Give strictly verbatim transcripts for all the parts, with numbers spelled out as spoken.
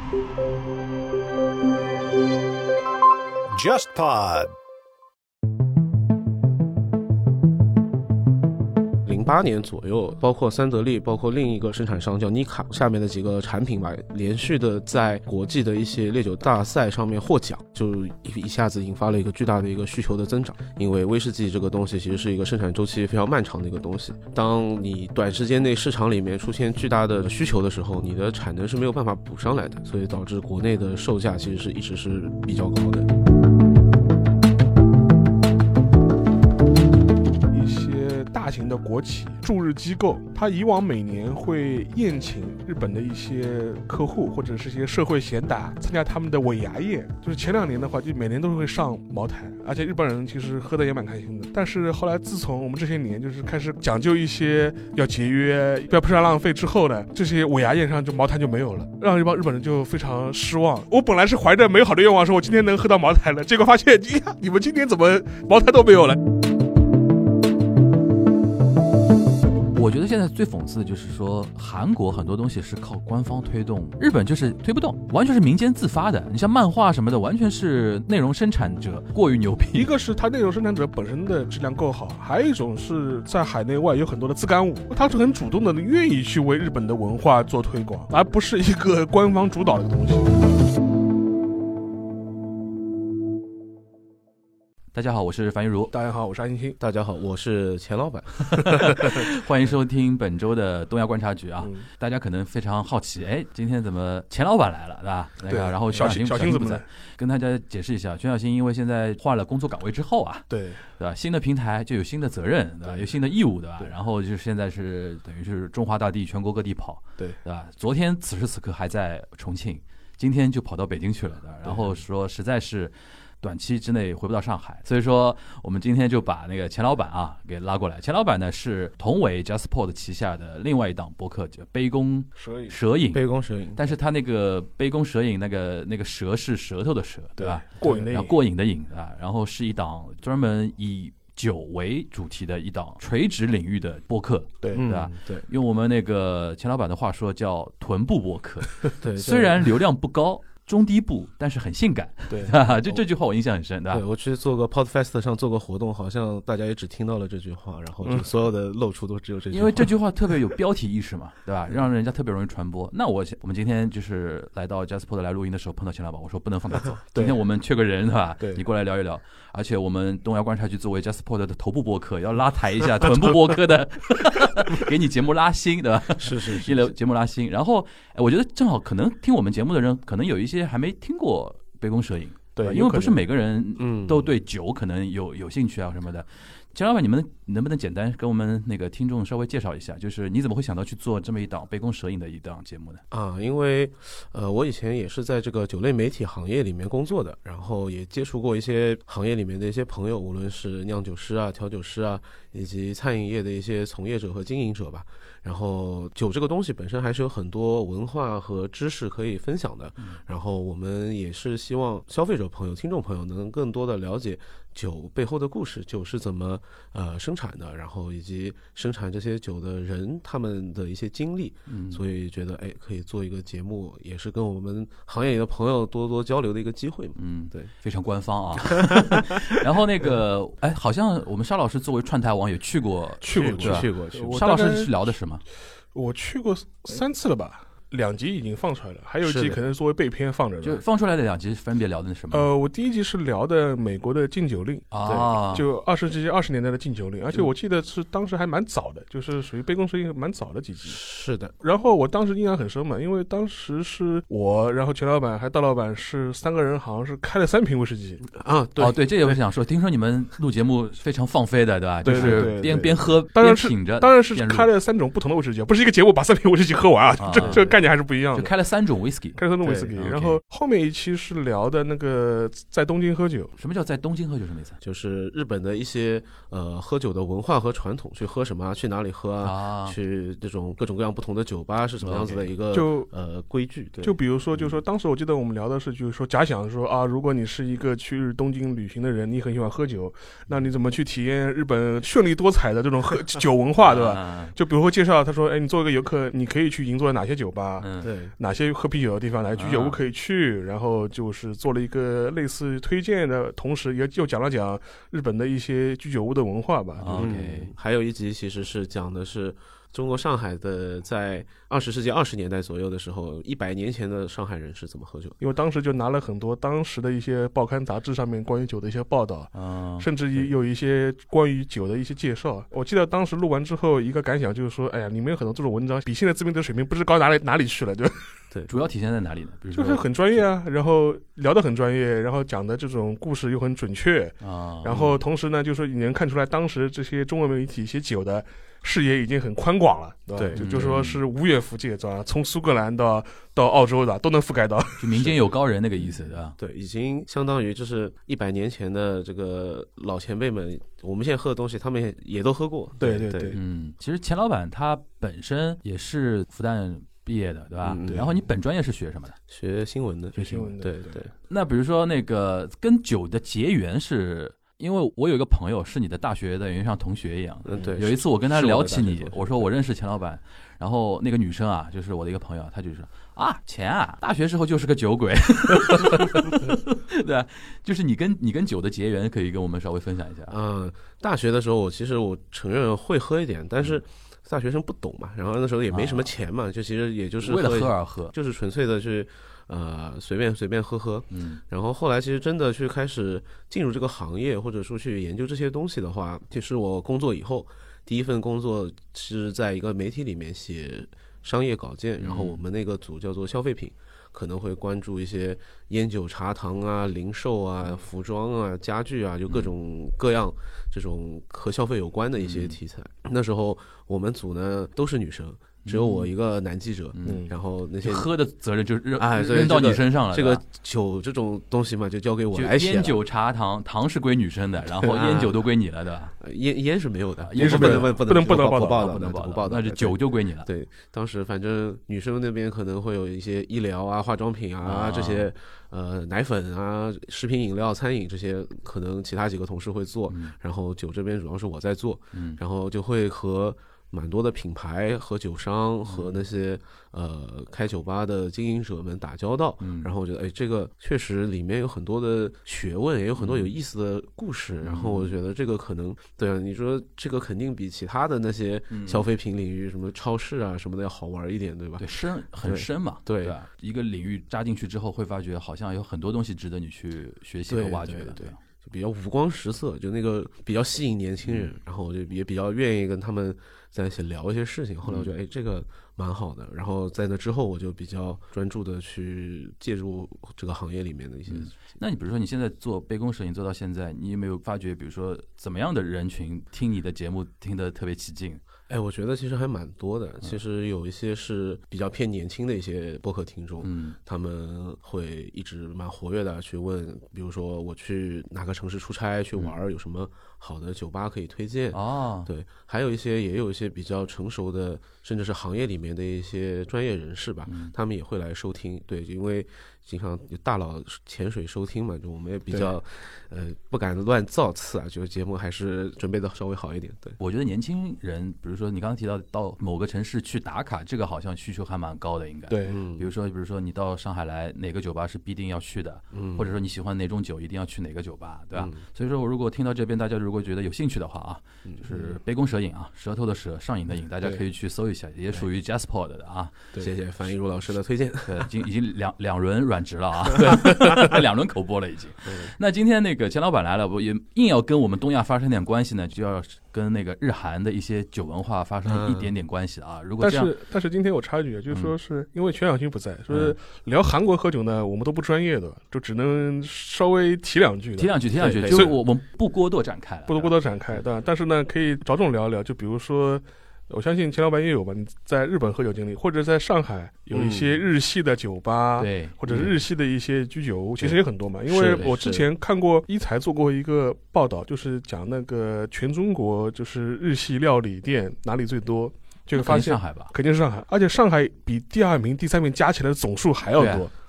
JustPod。零八年左右，包括三得利，包括另一个生产商叫妮卡下面的几个产品吧，连续的在国际的一些烈酒大赛上面获奖，就一下子引发了一个巨大的一个需求的增长。因为威士忌这个东西其实是一个生产周期非常漫长的一个东西，当你短时间内市场里面出现巨大的需求的时候，你的产能是没有办法补上来的，所以导致国内的售价其实是一直是比较高的。 大型的国企驻日机构，它以往每年会宴请日本的一些客户或者是一些社会贤达参加他们的尾牙宴，就是前两年的话就每年都会上茅台，而且日本人其实喝的也蛮开心的。但是后来自从我们这些年就是开始讲究一些要节约不要不要浪费之后呢，这些尾牙宴上就茅台就没有了，让一帮日本人就非常失望。我本来是怀着美好的愿望说我今天能喝到茅台了，结果发现呀，你们今天怎么茅台都没有了。 我觉得现在最讽刺的就是说，韩国很多东西是靠官方推动，日本就是推不动，完全是民间自发的。你像漫画什么的，完全是内容生产者过于牛逼。 一个是他内容生产者本身的质量够好，还有一种是在海内外有很多的自干五，他是很主动的愿意去为日本的文化做推广，而不是一个官方主导的东西。 大家好，我是樊玉茹。 大家好，我是安欣欣。 大家好，我是钱老板。 欢迎收听本周的东亚观察局啊！嗯、大家可能非常好奇，哎，今天怎么钱老板来了，对吧？那个，然后小新小新怎么在？ 跟大家解释一下，全小新因为现在换了工作岗位之后啊， 对对吧？新的平台就有新的责任，对吧？有新的义务，对吧？然后就是现在是等于是中华大地全国各地跑， 对对吧？昨天此时此刻还在重庆，今天就跑到北京去了，对吧？然后说实在是短期之内回不到上海，所以说我们今天就把那个钱老板啊给拉过来。钱老板呢是同为 JustPod 旗下的另外一档播客叫杯弓蛇影， 蛇影， 杯弓蛇影。 但是他那个杯弓蛇影那个那个蛇是舌头的舌，对吧？ 过瘾的瘾， 过瘾的瘾啊。然后是一档专门以酒为主题的一档垂直领域的播客， 对对吧？ 嗯、对， 用我们那个钱老板的话说叫臀部播客。 对， 虽然流量不高。中低部，但是很性感， 对， 就这句话我印象很深，对吧？ 对，我去做个 Podfest 上做个活动，好像大家也只听到了这句话，然后就所有的露出都只有这句话， 因为这句话特别有标题意识嘛，对吧？让人家特别容易传播。那我我们今天就是来到 JustPod 来录音的时候碰到钱老板，我说不能放他走，今天我们缺个人，对吧？ 对， 你过来聊一聊。而且我们东亚观察局作为 JustPod 的头部播客，要拉抬一下臀部播客的，给你节目拉新，对吧？ 是是是， 是节目拉新。然后我觉得正好可能听我们节目的人，可能有一些还没听过杯弓蛇影， 对， 因为不是每个人都对酒可能有有兴趣啊什么的。钱老板，你们能不能简单跟我们那个听众稍微介绍一下，就是你怎么会想到去做这么一档杯弓蛇影的一档节目呢？ 啊，因为呃，我以前也是在这个酒类媒体行业里面工作的，然后也接触过一些行业里面的一些朋友，无论是酿酒师啊、调酒师啊，以及餐饮业的一些从业者和经营者吧。然后酒这个东西本身还是有很多文化和知识可以分享的，然后我们也是希望消费者朋友、听众朋友能更多的了解酒背后的故事，酒是怎么呃生产的，然后以及生产这些酒的人他们的一些经历，嗯，所以觉得哎可以做一个节目，也是跟我们行业里的朋友多多交流的一个机会嘛。 嗯， 对， 非常官方啊。然后那个哎，好像我们沙老师作为串台王也去过， 去过， 去过，去过。去过沙老师是聊的什么？ 我去过三次了吧。两集已经放出来了，还有一集可能作为备片放着的。 就放出来的两集分别聊的什么？ 呃，我第一集是聊的美国的禁酒令啊， 就二十世纪二十年代的禁酒令，而且我记得是当时还蛮早的，就是属于杯弓蛇影蛮早的几集。 是的。 然后我当时印象很深嘛，因为当时是我，然后钱老板还大老板是三个人，好像是开了三瓶威士忌啊。对哦，对，这也我想说，听说你们录节目非常放飞的，对吧？ 对对对， 就是边边喝当然是边品着， 当然是开了三种不同的威士忌，不是一个节目把三瓶威士忌喝完啊， 啊这这个概念还是不一样的。 就开了三种 whisky， 开了三种 whisky， 然后后面一期是聊的那个在东京喝酒。 什么叫在东京喝酒什么意思？ 就是日本的一些呃喝酒的文化和传统，去喝什么，去哪里喝啊， 啊去这种各种各样不同的酒吧是什么样子的一个就呃规矩。对， 就比如说，就是说，当时我记得我们聊的是，就是说，假想说啊，如果你是一个去东京旅行的人，你很喜欢喝酒，那你怎么去体验日本绚丽多彩的这种喝酒文化，对吧？就比如说介绍，他说，哎，你作为一个游客，你可以去银座的哪些酒吧啊， 嗯， 对， 哪些喝啤酒的地方，哪些居酒屋可以去，然后就是做了一个类似推荐的，同时也又讲了讲日本的一些居酒屋的文化吧。 啊就是 OK 嗯，还有一集其实是讲的是中国上海的在二十世纪二十年代左右的时候，一百年前的上海人是怎么喝酒的。 因为当时就拿了很多当时的一些报刊杂志上面关于酒的一些报道， 嗯， 甚至也有一些关于酒的一些介绍。我记得当时录完之后，一个感想就是说，哎呀，里面有很多这种文章比现在自媒体水平不知高哪里哪里去了，对吧？ 对， 主要体现在哪里呢？比如说就是很专业啊，然后聊得很专业，然后讲的这种故事又很准确， 啊， 然后同时呢，就是你能看出来当时这些中文媒体写酒的视野已经很宽广了，对吧？ 对就就说是无远弗届，知道吧？从苏格兰到到澳洲的都能覆盖到。 就民间有高人那个意思，对吧？ 对，已经相当于就是一百年前的这个老前辈们，我们现在喝的东西，他们也也都喝过。对对对对嗯，其实钱老板他本身也是复旦毕业的，对吧？ 嗯对然后你本专业是学什么的？ 学新闻的， 学新闻的对对对。 那比如说那个跟酒的结缘是，因为我有一个朋友是你的大学的原上同学一样的。 嗯，对。 有一次我跟他是聊起你是我的大学同，学我说我认识钱老板，然后那个女生啊，就是我的一个朋友，她就说啊，钱啊，大学时候就是个酒鬼，对啊，就是你跟你跟酒的结缘，可以跟我们稍微分享一下。 嗯，大学的时候我其实我承认会喝一点，但是大学生不懂嘛，然后那时候也没什么钱嘛，就其实也就是为了喝喝而喝， 就是纯粹的去呃随便随便喝喝。 嗯然后后来其实真的去开始进入这个行业，或者说去研究这些东西的话，其实我工作以后第一份工作是在一个媒体里面写商业稿件，然后我们那个组叫做消费品，可能会关注一些烟酒茶糖啊、零售啊、服装啊、家具啊，就各种各样这种和消费有关的一些题材。那时候我们组呢都是女生，只有我一个男记者， 嗯， 然后那些喝的责任就扔哎对扔到这个你身上了。 这个对吧酒这种东西嘛，就交给我就来写了。 烟酒茶糖，糖是归女生的，然后烟酒都归你了，对吧？ 呃烟烟是没有的啊， 烟是不能不不能不能报道不报的， 不能报不报的，对那是酒就归你了。 对，当时反正女生那边可能会有一些医疗啊、化妆品啊、 啊这些，呃，奶粉啊、食品饮料、餐饮这些，可能其他几个同事会做， 嗯然后酒这边主要是我在做， 嗯然后就会和蛮多的品牌和酒商和那些呃开酒吧的经营者们打交道， 嗯， 然后我觉得哎，这个确实里面有很多的学问，也有很多有意思的故事， 嗯然后我觉得这个可能对啊，你说这个肯定比其他的那些消费品领域，什么超市啊什么的要好玩一点，对吧？ 对，深很深嘛， 对对吧？一个领域扎进去之后，会发觉好像有很多东西值得你去学习和对挖掘的， 对对吧？ 就比较五光十色，就那个比较吸引年轻人，然后我就也比较愿意跟他们在一起聊一些事情。后来我觉得，哎，这个蛮好的。然后在那之后，我就比较专注的去介入这个行业里面的一些。 嗯那你比如说你现在做杯弓蛇影做到现在，你有没有发觉，比如说怎么样的人群听你的节目听得特别起劲？ 哎，我觉得其实还蛮多的。其实有一些是比较偏年轻的一些播客听众， 嗯他们会一直蛮活跃的去问，比如说我去哪个城市出差去玩，有什么好的酒吧可以推荐？ 哦， 对，还有一些也有一些比较成熟的，甚至是行业里面的一些专业人士吧， 嗯他们也会来收听。对，因为经常有大佬潜水收听嘛，就我们也比较呃不敢乱造次啊，就节目还是准备的稍微好一点。对， 我觉得年轻人，比如说你刚刚提到到某个城市去打卡，这个好像需求还蛮高的，应该。。 对， 嗯比如说，比如说你到上海来，哪个酒吧是必定要去的， 嗯， 或者说你喜欢哪种酒，一定要去哪个酒吧，对吧？ 嗯所以说，我如果听到这边大家如果觉得有兴趣的话啊， 嗯就是杯弓蛇影啊，舌头的舌，上瘾的瘾，大家可以去搜一下，也属于 Jasper 的啊。 对谢谢樊一茹老师的推荐。 对，已经已经两两轮软直了啊，两轮口播了已经。那今天那个钱老板来了，我也硬要跟我们东亚发生点关系呢，就要跟那个日韩的一些酒文化发生一点点关系啊。如果但这样， 是但是今天有插曲，就是说是因为全小新不在，说是聊韩国喝酒呢，我们都不专业的，就只能稍微提两句的， 提两句，提两句， 对就是对我我们不过多展开了， 不多不多展开，对吧？但是呢，可以着重聊聊，就比如说。我相信钱老板也有吧？你在日本喝酒经历，或者在上海有一些日系的酒吧， 对， 或者是日系的一些居酒屋，其实也很多嘛。因为是的我之前看过一财做过一个报道，就是讲那个全中国就是日系料理店哪里最多，就会发现上海吧， 肯定是上海，而且上海比第二名、第三名加起来的总数还要多。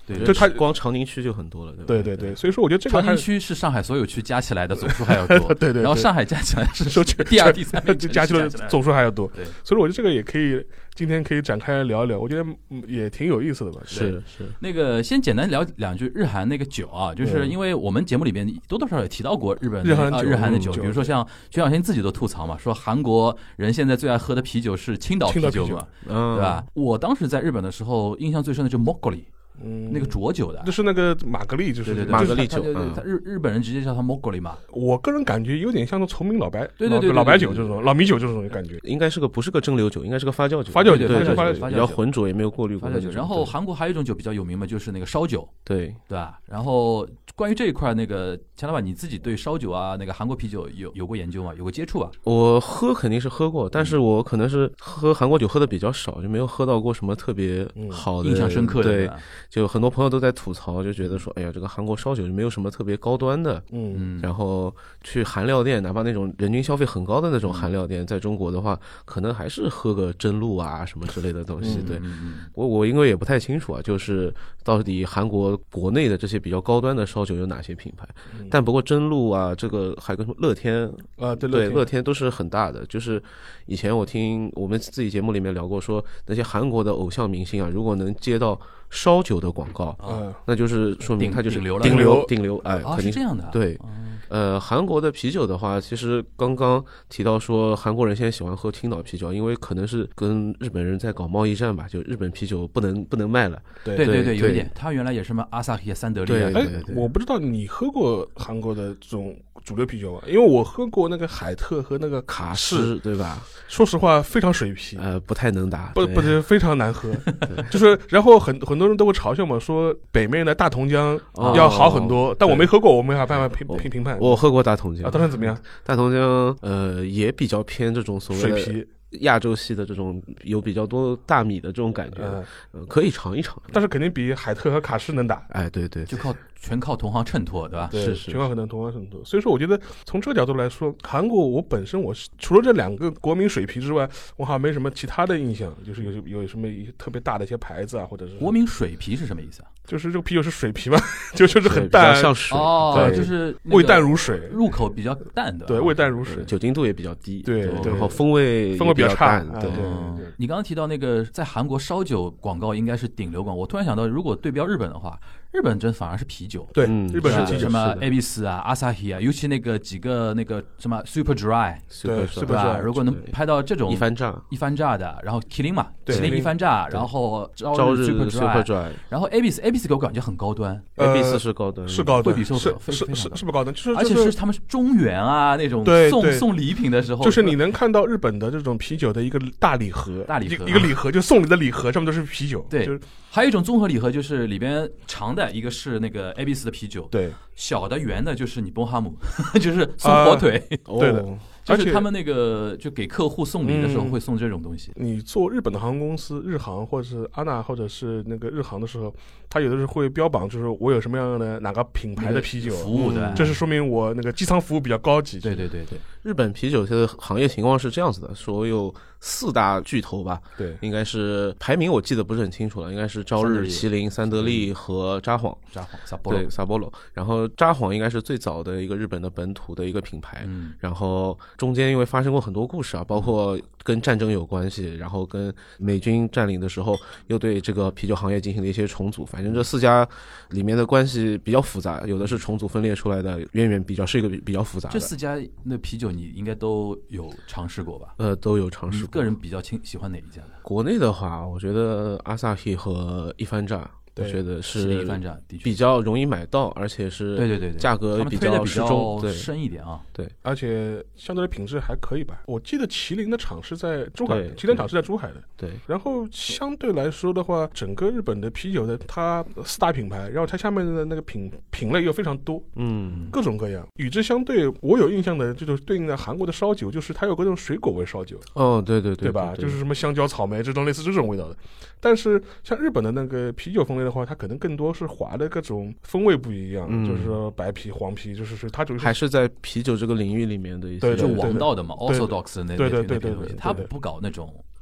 对， 就它光长宁区就很多了，对吧？ 对对对，所以说我觉得这个长宁区是上海所有区加起来的总数还要多， 对对对， 然后上海加起来是说第二、第三名加起来总数还要多， 对， 所以我觉得这个也可以今天可以展开聊一聊，我觉得也挺有意思的吧。 是是， 那个先简单聊两句日韩那个酒啊，就是因为我们节目里面多多少少也提到过日本日韩啊日韩的酒， 嗯、 比如说像全小新自己都吐槽嘛，说韩国人现在最爱喝的啤酒是青岛啤酒嘛， 嗯、 对吧？我当时在日本的时候，印象最深的就是莫格里。 嗯， 那个浊酒的， 就是那个玛格丽，就是对对对玛格丽酒， 他他日日本人直接叫它莫格里嘛。 我个人感觉有点像崇明老白， 对对对， 老白酒这种老米酒这种感觉， 应该是个不是个蒸馏酒，应该是个发酵酒， 发酵酒， 对发酵酒比较浑浊，也没有过滤过发酵酒。然后韩国还有一种酒比较有名嘛，就是那个烧酒， 对对吧？然后关于这一块，那个钱老板你自己对烧酒啊，那个韩国啤酒有有过研究吗？有过接触啊？ 我喝肯定是喝过，但是我可能是喝韩国酒喝的比较少，就没有喝到过什么特别好的、 印象深刻的。 对，就很多朋友都在吐槽，就觉得说，哎呀，这个韩国烧酒就没有什么特别高端的， 嗯， 然后去韩料店，哪怕那种人均消费很高的那种韩料店，在中国的话，可能还是喝个真露啊什么之类的东西。对，我我因为也不太清楚啊，就是到底韩国国内的这些比较高端的烧酒有哪些品牌？但不过真露啊，这个还跟什么乐天啊，对对，乐天都是很大的。就是以前我听我们自己节目里面聊过，说那些韩国的偶像明星啊，如果能接到烧酒的广告， 嗯， 那就是说明他就是顶流了， 顶流，顶流，哎， 啊， 肯定是这样的， 对。呃，韩国的啤酒的话，其实刚刚提到说韩国人现在喜欢喝青岛啤酒，因为可能是跟日本人在搞贸易战吧，就日本啤酒不能不能卖了。 对对对对，有一点，他原来也是什么阿萨希、三得利啊。 对哎，我不知道你喝过韩国的这种主流啤酒吗？因为我喝过那个海特和那个卡士， 对吧？ 说实话，非常水啤， 呃，不太能打， 不不是非常难喝。就是然后很很多人都会嘲笑嘛，说北面的大同江要好很多，但我没喝过，我没法办法评评评判。 我喝过大同江啊，当然怎么样？ 大同江呃也比较偏这种所谓的水啤。 亚洲系的这种有比较多大米的这种感觉， 嗯呃，可以尝一尝， 但是肯定比海特和卡士能打。 哎，对对， 就靠全靠同行衬托，对吧？ 对， 是是， 全靠可能同行衬托。所以说，我觉得从这个角度来说，韩国我本身我是除了这两个国民水啤之外，我好像没什么其他的印象，就是有有什么特别大的一些牌子啊，或者是国民水啤是什么意思啊？ 就是这个啤酒是水啤嘛，就就是很淡， 像水哦，就是味淡如水， 入口比较淡的， 对，味淡如水， 酒精度也比较低， 对， 然后风味风味比较差， 对。 对， 你刚刚提到那个在韩国烧酒广告应该是顶流广告，我突然想到，如果对标日本的话，日本真反而是啤酒， 对， 嗯、 日本是啤酒， 什么 A B C 啊、阿萨希啊，尤其那个几个那个什么 Super Dry， 对， 对吧？如果能拍到这种一番炸、 一番炸的，然后麒麟嘛，麒麟一番炸，然后朝日 Super Dry，, Dry 然后 A B C A B C 给我感觉很高端 ，A B C 是高端， 是高端， 会比寿是是是是是不高端，就是而且是他们是中原啊那种送送礼品的时候， 就是你能看到日本的这种啤酒的一个大礼盒， 大礼盒一个礼盒就送你的礼盒上面都是啤酒， 对，还有一种综合礼盒就是里边长的一个是那个 A B C 的啤酒， 对， 小的圆的就是你波哈姆，就是送火腿， 对的。 就是他们那个就给客户送礼的时候会送这种东西。 嗯、你做日本的航空公司，日航或者是阿纳或者是那个日航的时候，他有的时候会标榜，就是我有什么样的哪个品牌的啤酒服务的、 嗯，这是说明我那个机舱服务比较高级。 对对对对， 日本啤酒的行业情况是这样子的，说有四大巨头吧， 对， 应该是排名我记得不是很清楚了，应该是朝日、麒麟、三得利和札幌。 札幌萨波罗， 对萨波罗。然后札幌应该是最早的一个日本的本土的一个品牌， 嗯， 然后中间因为发生过很多故事啊，包括跟战争有关系，然后跟美军占领的时候又对这个啤酒行业进行了一些重组，反正这四家里面的关系比较复杂，有的是重组分裂出来的，渊源比较是一个比较复杂的。 这四家那啤酒你应该都有尝试过吧？ 呃，都有尝试过。 个人比较亲喜欢哪一家的？ 国内的话，我觉得阿萨希和一番炸。我觉得是比较容易买到，而且是对对对价格比较适中，对深一点啊， 对， 而且相对的品质还可以吧。我记得麒麟的厂是在珠海，麒麟厂是在珠海的， 对。 然后相对来说的话，整个日本的啤酒的它四大品牌，然后它下面的那个品品类又非常多， 嗯， 各种各样。与之相对，我有印象的这种对应的韩国的烧酒，就是它有各种水果味烧酒， 哦，对对对, 对吧？ 对对就是什么香蕉、草莓这种类似这种味道的。但是像日本的那个啤酒风味的话，它可能更多是滑的各种风味不一样， 嗯、 就是说白啤、黄啤，就是说它就是还是在啤酒这个领域里面的一些， 就王道的嘛 ，orthodox 那对对对对对， 他不搞那种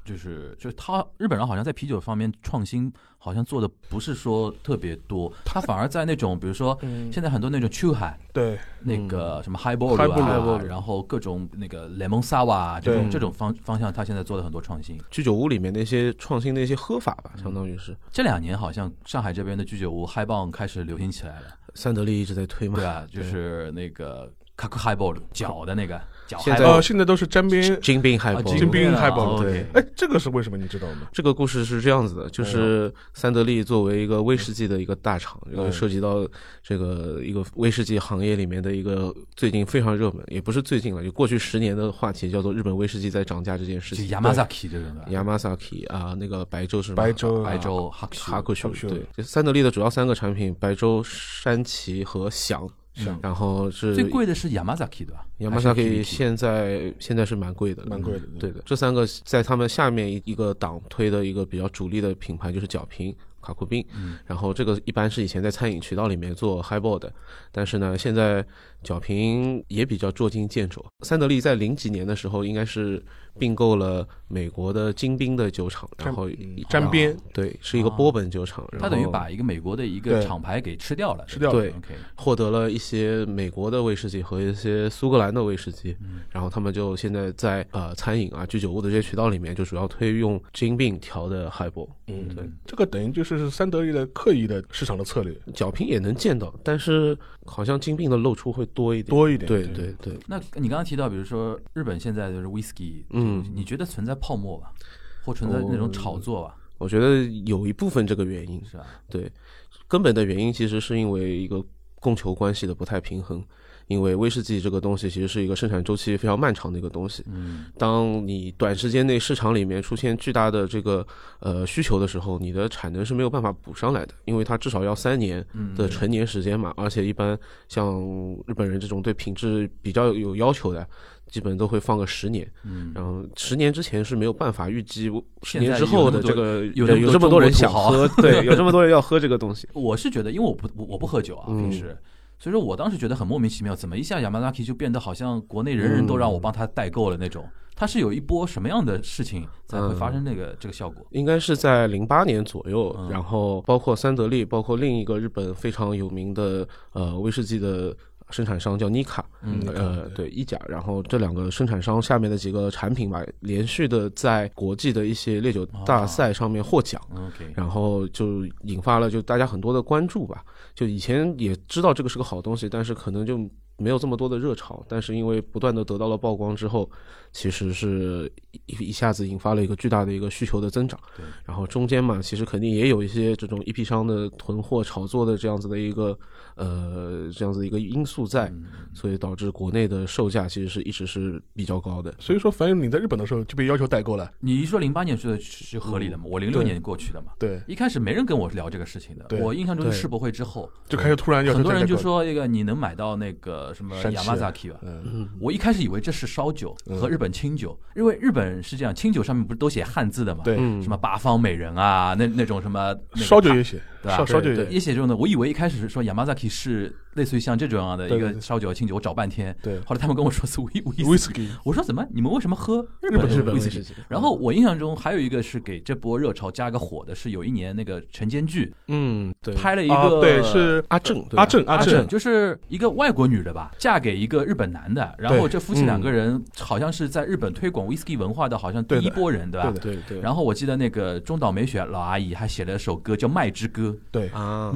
就是就是他日本人好像在啤酒方面创新好像做的不是说特别多，他反而在那种比如说现在很多那种秋海， 对， 那个什么 highball 啊， highball 然后各种那个 lemon sour 这种这种方方向，他现在做了很多创新。 居酒屋里面的一些创新的一些喝法吧，相当于是这两年好像上海这边的居酒屋 highball 开始流行起来了， 三得利一直在推嘛， 对啊，就是那个卡克 highball 脚的那个脚 highball， 现在呃，现在都是沾边金冰海波， 金冰海波， 对， 哎，这个是为什么？你知道吗？ 这个故事是这样子的，就是三得利作为一个威士忌的一个大厂，这个涉及到这个一个威士忌行业里面的一个最近非常热门，也不是最近了，就过去十年的话题，叫做日本威士忌在涨价这件事情。 就 Yamazaki 这种的 ，Yamazaki 啊，那个白州是白州白州哈哈库秀，对，这三得利的主要三个产品，白州、山崎和响。 嗯、 然后是最贵的是 Yamazaki 对吧 ？Yamazaki 现在现在是蛮贵的， 蛮贵的。 对的，这三个在他们下面一个档推的一个比较主力的品牌就是角瓶。卡库宾， 嗯， 然后这个一般是以前在餐饮渠道里面做 highball 的，但是呢，现在角瓶也比较捉襟见肘。三得利在零几年的时候，应该是并购了美国的金冰的酒厂，然后沾边， 对，是一个波本酒厂， 他等于把一个美国的一个厂牌给吃掉了， 吃掉了， 对， okay 获得了一些美国的威士忌和一些苏格兰的威士忌， 嗯， 然后他们就现在在呃餐饮啊、居酒屋的这些渠道里面，就主要推用金冰调的 highball， 嗯， 对， 这个等于就是三得利的刻意的市场的策略， 角瓶也能见到，但是好像金冰的露出会多一点， 多一点， 对对对。 那你刚刚提到，比如说日本现在就是 whisky， 嗯，你觉得存在泡沫吧，或存在那种炒作吧？ 我觉得有一部分这个原因是吧？ 对，根本的原因其实是因为一个供求关系的不太平衡。因为威士忌这个东西其实是一个生产周期非常漫长的一个东西， 嗯， 当你短时间内市场里面出现巨大的这个呃需求的时候，你的产能是没有办法补上来的，因为它至少要三年的成年时间嘛，而且一般像日本人这种对品质比较有要求的，基本都会放个十年， 嗯， 然后十年之前是没有办法预计十年之后的这个有有这么多人想喝，对，有这么多人要喝这个东西。 我是觉得，因为我不我不喝酒啊，平时。嗯，所以说我当时觉得很莫名其妙，怎么一下 Yamazaki 就变得好像国内人人都让我帮他代购了那种？它是有一波什么样的事情才会发生这个、嗯、这个效果？ 应该是在零八年左右、嗯，然后包括三得利，包括另一个日本非常有名的呃威士忌的生产商叫尼卡， 嗯， 呃，对，一甲，然后这两个生产商下面的几个产品吧，连续的在国际的一些烈酒大赛上面获奖、 哦 okay、 然后就引发了就大家很多的关注吧。就以前也知道这个是个好东西，但是可能就没有这么多的热潮，但是因为不断的得到了曝光之后，其实是一一下子引发了一个巨大的一个需求的增长。 对， 然后中间嘛，其实肯定也有一些这种一批商的囤货炒作的这样子的一个呃这样子的一个因素在、嗯，所以导致国内的售价其实是一直是比较高的。 所以说，反正你在日本的时候就被要求代购了。 你一说零八年是是合理的嘛？嗯、我零六年过去的嘛。 对， 一开始没人跟我聊这个事情的。我印象中是世博会之后就开始突然要求很多人就说一个你能买到那个什么 Yamazaki 吧、 嗯？ 我一开始以为这是烧酒和日本清酒，嗯、因为日本是这样，清酒上面不是都写汉字的嘛？ 对， 什么八方美人啊，那那种什么、那个、 烧酒也写， 对吧？ 烧烧酒也也写这种的。我以为一开始是说 Yamazaki 是类似于像这种样的一个烧酒清酒，我找半天。 对， 后来他们跟我说是威威士忌， 我说怎么？你们为什么喝日本日本威士忌？然后我印象中还有一个是给这波热潮加个火的，是有一年那个晨间剧， 嗯，对， 拍了一个、 啊、对是阿正， 阿正阿正， 就是一个外国女的吧，嫁给一个日本男的，然后这夫妻两个人好像是在日本推广威士忌文化的，好像第一波人，对吧？ 对对对。 然后我记得那个中岛美雪老阿姨还写了首歌叫《麦之歌》， 对啊，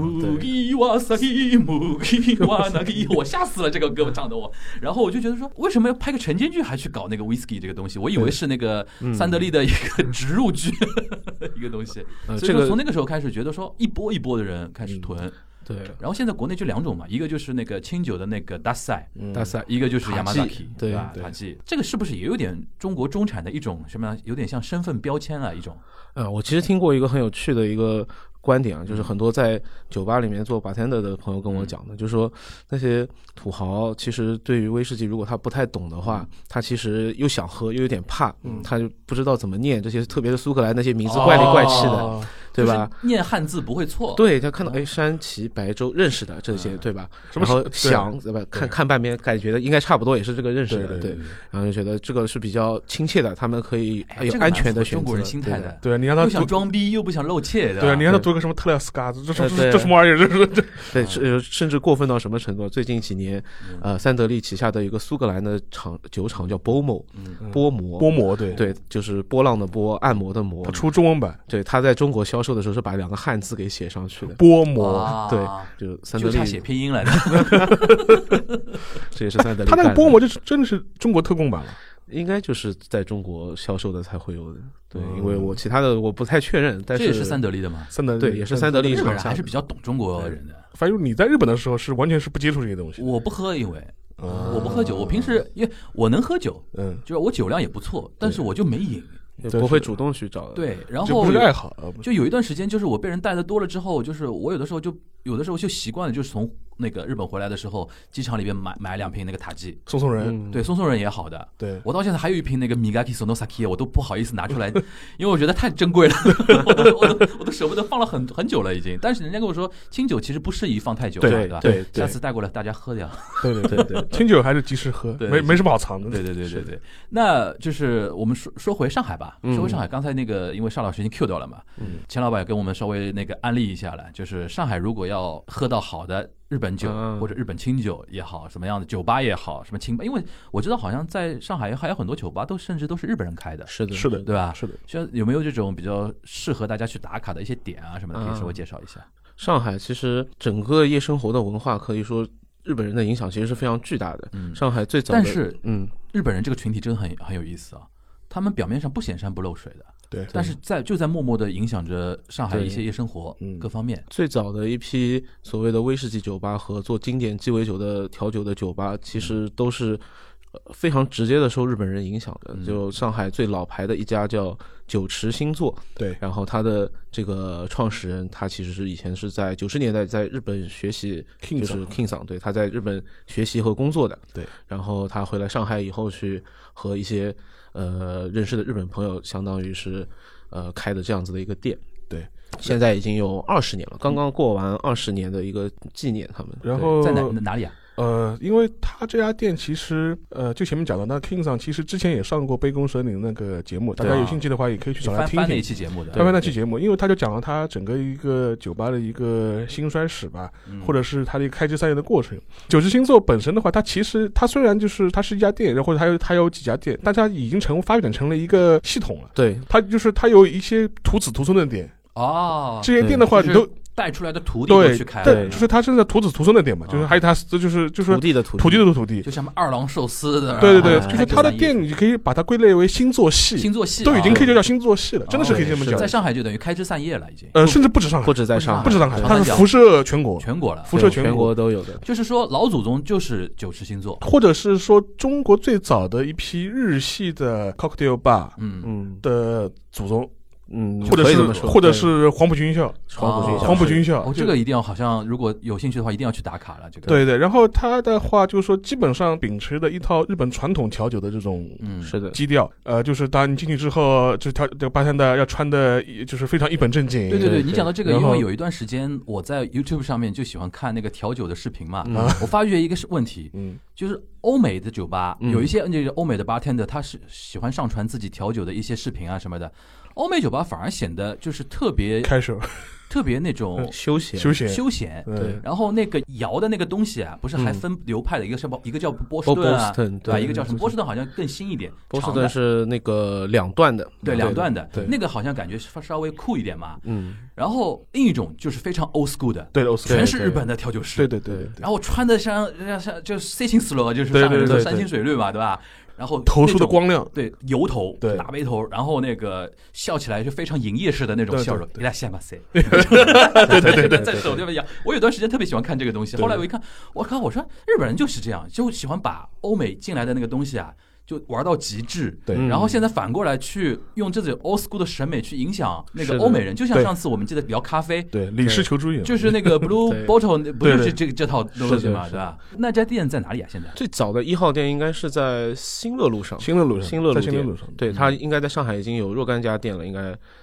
我吓死了，这个歌唱的我。然后我就觉得说，为什么要拍个晨间剧还去搞那个 whisky 这个东西？我以为是那个三得利的一个植入剧、嗯、一个东西。所以说从那个时候开始觉得说，一波一波的人开始囤。嗯对， 然后现在国内就两种嘛，一个就是那个清酒的那个大赛， 大赛， 一个就是 Yamazaki， 对吧？塔基，这个是不是也有点中国中产的一种什么样？有点像身份标签啊，一种。 呃，我其实听过一个很有趣的一个观点啊，就是很多在酒吧里面做 bartender 的朋友跟我讲的，嗯、就是说那些土豪其实对于威士忌，如果他不太懂的话，嗯、他其实又想喝又有点怕，嗯、他就不知道怎么念这些特别是苏格兰那些名字怪里怪气的。哦对吧？ 就是念汉字不会错。 对，他看到哎山崎白州认识的这些，对吧？然后想对吧？看看半边，感觉应该差不多也是这个认识的，对。然后就觉得这个是比较亲切的，他们可以有安全的选择。 中国人心态的， 对，你让他又想装逼又不想露怯， 对，你让他读个什么特列斯嘎子，这什这什么玩意儿？这是对，是甚至过分到什么程度？最近几年，呃，三得利旗下的一个苏格兰的厂酒厂叫 B O M O， 波摩， 波摩，对对，就是波浪的波，按摩的摩。 他出中文版， 对，他在中国销售的时候是把两个汉字给写上去的， 波摩， 对，就三得利就差写拼音来的， 这也是三得利。 他那个波摩就是真的是中国特供版了。 应该就是在中国销售的才会有的，对，嗯、因为我其他的我不太确认，但是这也是三得利的吗？ 三得利对，也是三得利。 日本人还是比较懂中国人的。 反正你在日本的时候是完全是不接触这些东西。 我不喝，因为、嗯、我不喝酒，我平时因为我能喝酒，嗯，就是我酒量也不错，但是我就没瘾。 不会主动去找的， 对，然后就不是爱好， 就有一段时间，就是我被人带的多了之后，就是我有的时候就有的时候就习惯了，就是从那个日本回来的时候，机场里边买买两瓶那个塔基， 松松人， 对，松松人也好的， 对， 我到现在还有一瓶那个 Migaki Sonosaki， 我都不好意思拿出来，因为我觉得太珍贵了，我都我都我都舍不得放了很很久了已经，但是人家跟我说清酒其实不适宜放太久， 对吧？ 对， 下次带过来大家喝掉， 对对对对，清酒还是及时喝，没没什么好藏的， 对对对对对。那就是我们说说回上海吧，说回上海，刚才那个因为邵老师已经 Q 到了嘛，嗯，钱老板也跟我们稍微那个安利一下了，就是上海如果要喝到好的日本酒、嗯、或者日本清酒也好，什么样的酒吧也好，什么清吧，因为我知道好像在上海还有很多酒吧都甚至都是日本人开的， 是的， 是的， 对吧？ 是的。 像有没有这种比较适合大家去打卡的一些点啊什么的，可以稍微介绍一下？ 嗯、上海其实整个夜生活的文化可以说日本人的影响其实是非常巨大的。嗯，上海最早的， 但是嗯，日本人这个群体真的很很有意思啊，他们表面上不显山不漏水的。 对， 但是在就在默默的影响着上海一些夜生活各方面。 最早的一批所谓的威士忌酒吧和做经典鸡尾酒的调酒的酒吧，其实都是非常直接的受日本人影响的。就上海最老牌的一家叫酒池星座， 对， 然后他的这个创始人，他其实是以前是在九十年代在日本学习，就是 King 桑，对，他在日本学习和工作的， 对， 然后他回来上海以后去和一些呃认识的日本朋友，相当于是呃开的这样子的一个店， 对， 现在已经有二十年了，刚刚过完二十年的一个纪念，他们， 然后在哪哪里啊？ 呃，因为他这家店其实，呃，就前面讲到，那 King 上其实之前也上过杯弓蛇影那个节目，大家有兴趣的话也可以去找他听听。 翻那一期节目的， 翻翻那期节目，因为他就讲了他整个一个酒吧的一个兴衰史吧，嗯、或者是他的一个开枝散叶的过程。九池星座本身的话，它其实它虽然就是它是一家店，然后它有它有几家店，但它已经成发展成了一个系统了。 对， 它就是它有一些徒子徒孙的店。 哦， 这些店的话，你都。 带出来的徒弟都去开， 对，就是他是在徒子徒孙的店嘛，就是还有他就是就是徒弟的徒弟，徒弟的徒弟， 就像二郎寿司的， 对对对，就是他的店，你可以把它归类为星座系， 星座系都已经可以叫星座系了，真的是可以这么讲。 在上海就等于开枝散叶了，已经。 呃，甚至不止上海， 不止在上海， 不止上海，它是辐射全国， 全国了， 辐射全国都有的。 就是说，老祖宗就是九池星座， 或者是说中国最早的一批日系的 cocktail bar， 嗯嗯的祖宗。 嗯， 或者是或者是黄埔军校， 黄埔军校， 黄埔军校， 哦，这个一定要好像如果有兴趣的话，一定要去打卡了。这个对对，然后他的话就是说，基本上秉持的一套日本传统调酒的这种嗯是的基调，呃，就是当你进去之后，就调这个吧台的要穿的就是非常一本正经。 对对对，你讲到这个，因为有一段时间我在 YouTube 上面就喜欢看那个调酒的视频嘛，我发觉一个问题，嗯，就是欧美的酒吧有一些那个欧美的 bartender，他是喜欢上传自己调酒的一些视频啊什么的。欧美酒吧反而显得就是特别开手， 特别那种休闲休闲休闲。 对， 然后那个摇的那个东西啊，不是还分流派的，一个是一个叫波士顿啊，对吧？一个叫什么？波士顿好像更新一点， 波士顿是那个两段的， 对，两段的，那个好像感觉稍微酷一点嘛。 嗯。 然后另一种就是非常 old school 的， 对， 全是日本的调酒师， 对对对。 然后穿的像像像就是 C 型 slow， 就是上海的山清水绿嘛，对吧？然后头梳的光亮， 对，油头， 对， 大背头，然后那个笑起来就非常营业式的那种笑容，给他下马塞， 对对对对， 在手这边摇。我有段时间特别喜欢看这个东西，后来我一看，我靠，我说日本人就是这样，就喜欢把欧美进来的那个东西啊，就玩到极致。 对， 然后现在反过来去用这种 old school 的审美去影响那个欧美人，就像上次我们记得聊咖啡， 对，李氏求诸野， 就是那个 Blue Bottle， 不就是这这套东西嘛，对吧？那家店在哪里啊？现在最早的一号店应该是在新乐路上， 新乐路上， 新乐路在新乐路上， 对，它应该在上海已经有若干家店了，应该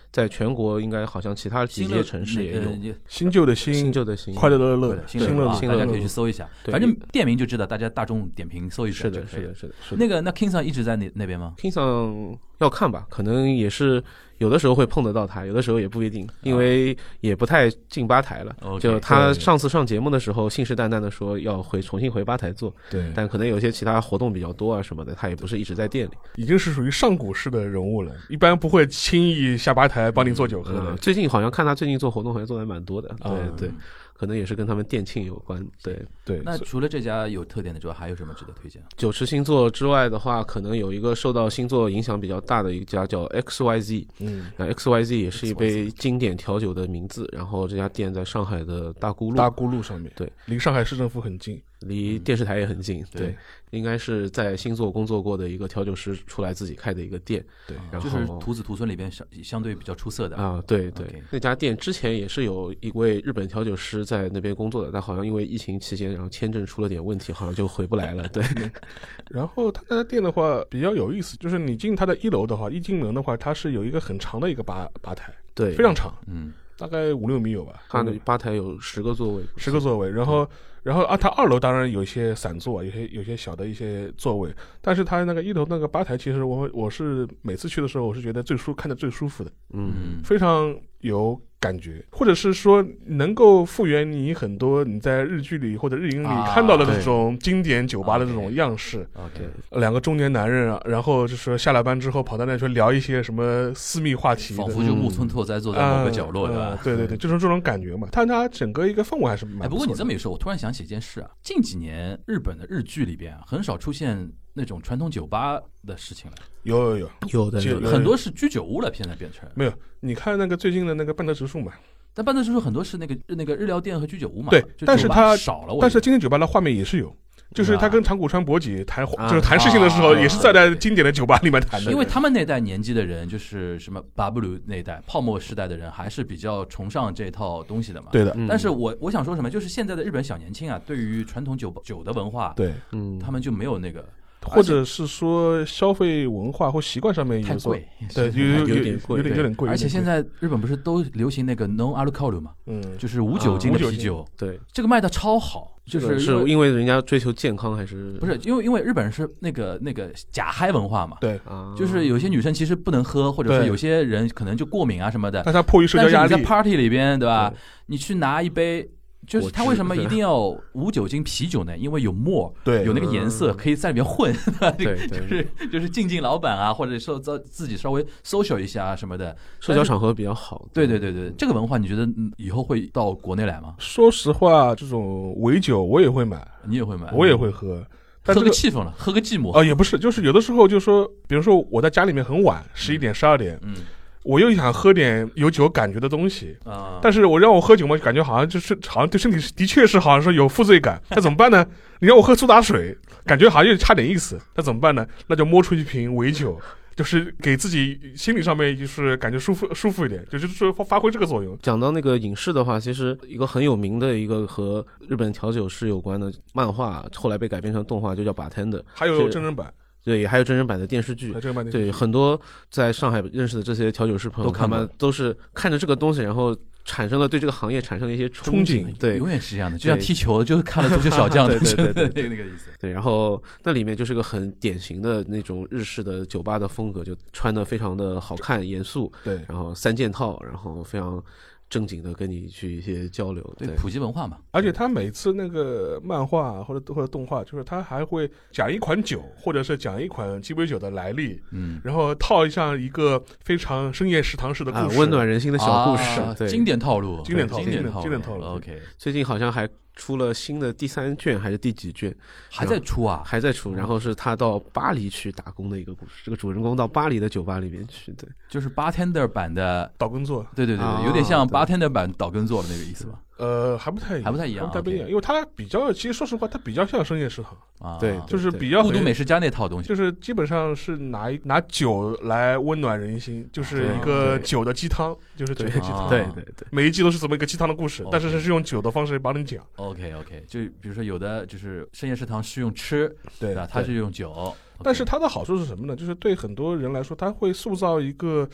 在全国应该好像其他几些城市也有。 新旧的新， 新旧的新， 快乐的乐， 新乐新乐，大家可以去搜一下。反正店名就知道，大家大众点评搜一下。 是的，是的，是的。 那个那 King Sir 一直在那那边吗 ？King Sir 要看吧，可能也是有的时候会碰得到他，有的时候也不一定，因为也不太进吧台了。 Okay, 就他上次上节目的时候，信誓旦旦的说要回重新回吧台做， 对， 但可能有些其他活动比较多啊什么的，他也不是一直在店里， 已经是属于上古式的人物了，一般不会轻易下吧台帮你做酒喝的。 嗯、最近好像看他最近做活动好像做的蛮多的，对、 嗯、 对。可能也是跟他们店庆有关，对对。 那除了这家有特点的之外，还有什么值得推荐？ 酒池星座之外的话，可能有一个受到星座影响比较大的一家叫 X Y Z， 嗯 ，X Y Z 也是一杯经典调酒的名字。然后这家店在上海的大沽路， 大沽路上面， 对， 离上海市政府很近， 离电视台也很近， 嗯、 对。对应该是在星座工作过的一个调酒师出来自己开的一个店， 对， 然后就是徒子徒孙里边相相对比较出色的啊，对对。 Okay. 那家店之前也是有一位日本调酒师在那边工作的，但好像因为疫情期间，然后签证出了点问题，好像就回不来了。对。 然后他那家店的话比较有意思，就是你进他的一楼的话，一进门的话，它是有一个很长的一个吧吧台， 对， 非常长， 嗯， 大概五六米有吧。 他的吧台有十个座位， 十个座位，然后。然后啊，它二楼当然有一些散座，有些有些小的一些座位，但是它那个一楼那个吧台，其实我我是每次去的时候，我是觉得最舒看着最舒服的， 嗯， 非常有感觉，或者是说能够复原你很多你在日剧里或者日影里看到的这种经典酒吧的这种样式。 OK， 两个中年男人啊，然后就是下了班之后跑到那去聊一些什么私密话题， 仿佛就木村拓哉坐在某个角落， 嗯、 对吧？ 对对对，就是这种感觉嘛。但它整个一个氛围还是蛮不错的。 哎，不过你这么一说，我突然想起一件事啊，近几年日本的日剧里边、啊、很少出现那种传统酒吧的事情了。 有有有有的，有的很多是居酒屋了，现在变成没有。你看那个最近的那个半泽直树嘛。 但半泽直树很多是那个那个日料店和居酒屋嘛， 对，但是它少了。 但是今天酒吧的画面也是有，就是他跟长谷川博己谈，啊、就是谈事情的时候，也是在在经典的酒吧里面谈的。 因为他们那代年纪的人，就是什么巴布鲁那一代泡沫时代的人，还是比较崇尚这套东西的嘛。 对的。 但是我我想说什么，就是现在的日本小年轻啊，对于传统酒酒的文化， 对， 嗯，他们就没有那个。 或者是说消费文化或习惯上面太贵， 对，有有点贵， 有点有点贵。 而且现在日本不是都流行那个 non alcohol 嘛， 嗯， 就是无酒精的啤酒， 对， 这个卖的超好，就是是因为人家追求健康还是不是？因为因为日本人是那个那个假嗨文化嘛， 对， 就是有些女生其实不能喝，或者是有些人可能就过敏啊什么的， 但他迫于社交压力， 但是你在 party 里边，对吧？你去拿一杯。就是他为什么一定要无酒精啤酒呢？因为有沫， 对， 有那个颜色可以在里面混， 对， 就是就是敬敬老板啊，或者说自己稍微 social 一下啊什么的， 社交场合比较好。 对对对对，这个文化你觉得以后会到国内来吗？ 说实话，这种伪酒我也会买， 你也会买， 我也会喝。但喝个气氛了，喝个寂寞啊、呃，也不是，就是有的时候就说，比如说我在家里面很晚，十一点、十二点， 嗯。 我又想喝点有酒感觉的东西啊， 但是我让我喝酒嘛，感觉好像就是好像对身体的确是好像说有负罪感，那怎么办呢？你让我喝苏打水，感觉好像又差点意思，那怎么办呢？那就摸出一瓶伪酒，就是给自己心理上面就是感觉舒服舒服一点，就是说发挥这个作用。 讲到那个影视的话，其实一个很有名的一个和日本调酒师有关的漫画，后来被改编成动画，就叫 Bartender， 还有真人版。 对，还有真人版的电视剧。对，很多在上海认识的这些调酒师朋友，他们都是看着这个东西，然后产生了对这个行业产生了一些憧憬。对， 永远是这样的，就像踢球，就是看了足球小将的， 对对对对那个意思。 对，然后那里面就是个很典型的那种日式的酒吧的风格，就穿得非常的好看、严肃。 对， 然后三件套，然后非常正经的跟你去一些交流，对， 普及文化嘛。 而且他每次那个漫画或者或者动画，就是他还会讲一款酒，或者是讲一款鸡尾酒的来历， 嗯， 然后套上一个非常深夜食堂式的故事， 啊、温暖人心的小故事， 啊、 对， 经典套路， 经典套路， 经典套路， 经典套路。 OK， 最近好像还出了新的第三卷还是第几卷， 还在出啊， 还在出。然后是他到巴黎去打工的一个故事，这个主人公到巴黎的酒吧里面去，对， 就是 bartender 版的岛根座， 对对对， 啊、 有点像 bartender 版岛根座的那个意思吧。 呃，还不太一样， 还不太一样， 还不太不一样，因为它比较，其实说实话，它比较像深夜食堂啊， 对， 就是比较孤独美食家那套东西， 就是基本上是拿拿酒来温暖人心，就是一个酒的鸡汤，就是酒的鸡汤， 对对对， 每一季都是这么一个鸡汤的故事，但是是用酒的方式帮你讲。 OK OK， 就比如说有的就是深夜食堂是用吃， 对吧？它是用酒， 但是它的好处是什么呢？就是对很多人来说，它会塑造一个。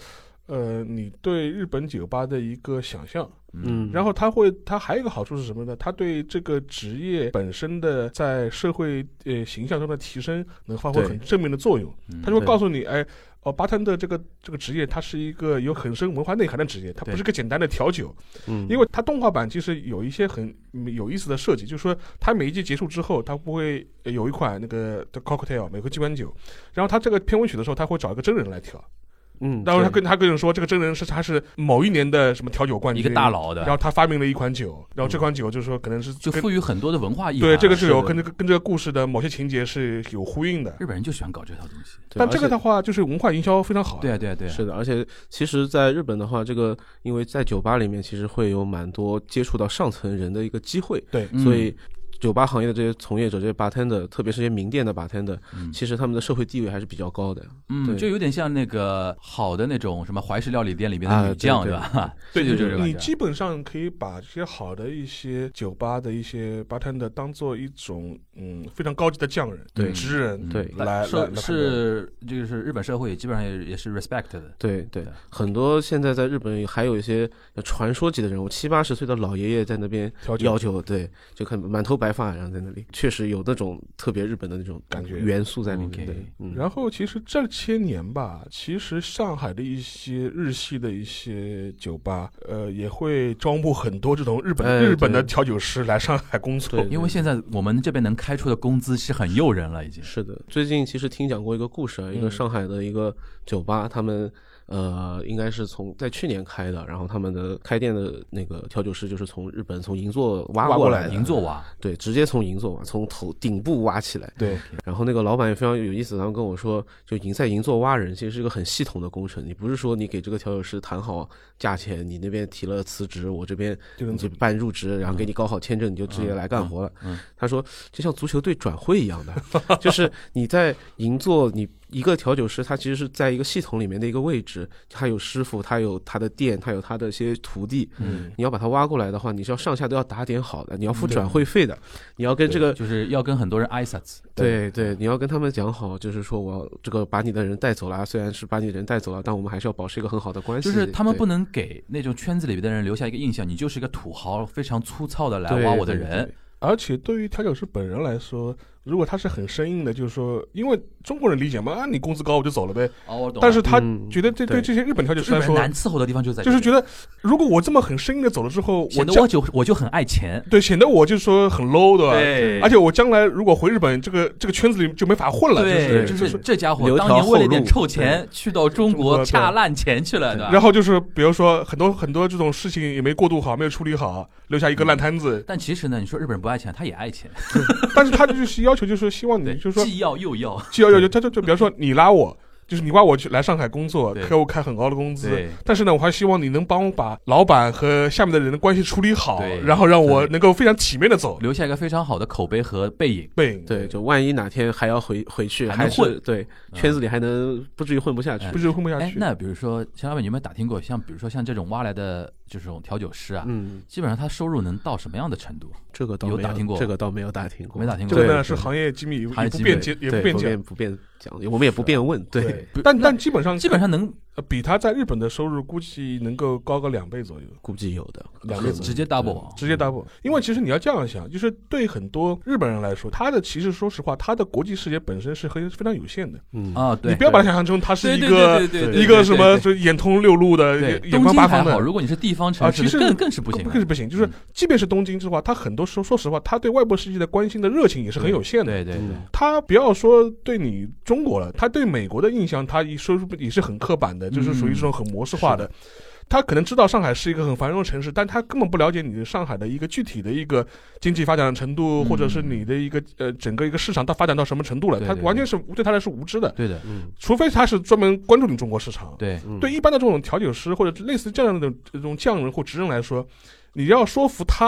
呃你对日本酒吧的一个想象。 嗯， 然后它会，它还有一个好处是什么呢？它对这个职业本身的在社会呃形象中的提升能发挥很正面的作用。它就会告诉你，哎，哦，巴特的这个这个职业，它是一个有很深文化内涵的职业，它不是个简单的调酒。 嗯， 因为它动画版其实有一些很有意思的设计，就是说它每一季结束之后，它不会有一款那个 cocktail 美国机关酒，然后它这个片尾曲的时候，它会找一个真人来调。 嗯， 然后他跟他跟人说，这个真人是他是某一年的什么调酒冠军， 一个大佬的， 然后他发明了一款酒，然后这款酒就是说可能是就赋予很多的文化意义。 对，这个是有跟这个跟这个故事的某些情节是有呼应的。 日本人就喜欢搞这套东西， 但这个的话就是文化营销非常好。 对啊对啊对啊， 是的，而且其实在日本的话，这个因为在酒吧里面其实会有蛮多接触到上层人的一个机会， 对， 所以酒吧行业的这些从业者，这些 bartender， 特别是这些名店的 bartender，嗯，其实他们的社会地位还是比较高的。 嗯，就有点像那个好的那种什么怀石料理店里边的女将， 啊、对, 对吧？ 对， 就这你基本上可以把这些好的一些酒吧的一些 bartender 当做一种嗯非常高级的匠人、 对职人， 对， 来是是就是日本社会基本上也也是 respect 的。 对 对, 对，很多现在在日本还有一些传说级的人物，七八十岁的老爷爷在那边要求，对，就看满头白发，然后在那里，确实有那种特别日本的那种感觉元素在里面。 Okay. 对，嗯， 然后其实这些年吧，其实上海的一些日系的一些酒吧，呃，也会招募很多这种日本、哎、日本的调酒师来上海工作。 因为现在我们这边能开出的工资是很诱人了，已经。 是的，最近其实听讲过一个故事啊，一个上海的一个酒吧，他们。呃，应该是从在去年开的，然后他们的开店的那个调酒师就是从日本从银座挖过来的， 银座挖， 对，直接从银座挖，从头顶部挖起来， 对。然后那个老板也非常有意思，他们跟我说，就银在银座挖人，其实是一个很系统的工程，你不是说你给这个调酒师谈好价钱，你那边提了辞职，我这边你就办入职，然后给你搞好签证，你就直接来干活了。 嗯，嗯他说就像足球队转会一样的，就是你在银座你。一个调酒师他其实是在一个系统里面的一个位置，他有师傅，他有他的店，他有他的一些徒弟， 嗯， 你要把他挖过来的话，你是要上下都要打点好的，你要付转会费的，你要跟这个就是要跟很多人挨萨子， 对对，你要跟他们讲好，就是说我这个把你的人带走了，虽然是把你的人带走了，但我们还是要保持一个很好的关系， 就是他们不能给那种圈子里的人留下一个印象，你就是一个土豪，非常粗糙的来挖我的人。 对对对， 而且对于调酒师本人来说，如果他是很生硬的，就是说，因为中国人理解嘛，啊，你工资高我就走了呗。 哦，我懂。 但是他觉得这对这些日本调酒师来说， 难伺候的地方就在， 就是觉得如果我这么很生硬的走了之后， 显得我就我就很爱钱， 对，显得我就说很 low 的， 对。 而且我将来如果回日本，这个这个圈子里就没法混了， 对， 就是就是这家伙当年为了点臭钱去到中国恰烂钱去了， 然后就是比如说很多很多这种事情也没过渡好，没有处理好，留下一个烂摊子。 但其实呢，你说日本人不爱钱，他也爱钱， 但是他就是要求就是希望你。就是说既要又要， 既要又要，他就就比方说你拉我，就是你挖我去来上海工作，给我开很高的工资，但是呢，我还希望你能帮我把老板和下面的人的关系处理好，然后让我能够非常体面的走， 留下一个非常好的口碑和背影。 背影， 对，就万一哪天还要回回去， 还能混， 对，圈子里还能不至于混不下去， 不至于混不下去。 哎，那比如说，肖老板，你有没有打听过，像比如说像这种挖来的这种调酒师啊， 嗯， 基本上他收入能到什么样的程度？ 这个倒有打听过， 这个倒没有打听过， 没打听过。 这个呢是行业机密，也不便接，也不便讲， 不便讲，我们也不便问。对， 但但基本上基本上能比他在日本的收入估计能够高个两倍左右， 估计有的两倍， 直接 double， 直接 double。因为其实你要这样想，就是对很多日本人来说，他的其实说实话，他的国际视野本身是很非常有限的。 嗯啊，对， 你不要把他想象成他是一个一个什么就眼通六路的、眼光八方的。 如果你是地方城市，其实更更是不行， 更是不行。就是即便是东京之话，他很多时候说实话，他对外部世界的关心的热情也是很有限的。 对对对， 他不要说对你中国了，他对美国的印象，他一说也是很刻板的，就是属于这种很模式化的。他可能知道上海是一个很繁荣的城市，但他根本不了解你的上海的一个具体的一个经济发展的程度，或者是你的一个呃整个一个市场它发展到什么程度了，他完全是对他来说无知的。 对的， 嗯， 除非他是专门关注你中国市场。 对， 对一般的这种调酒师或者类似这样的这种匠人或职人来说，你要说服他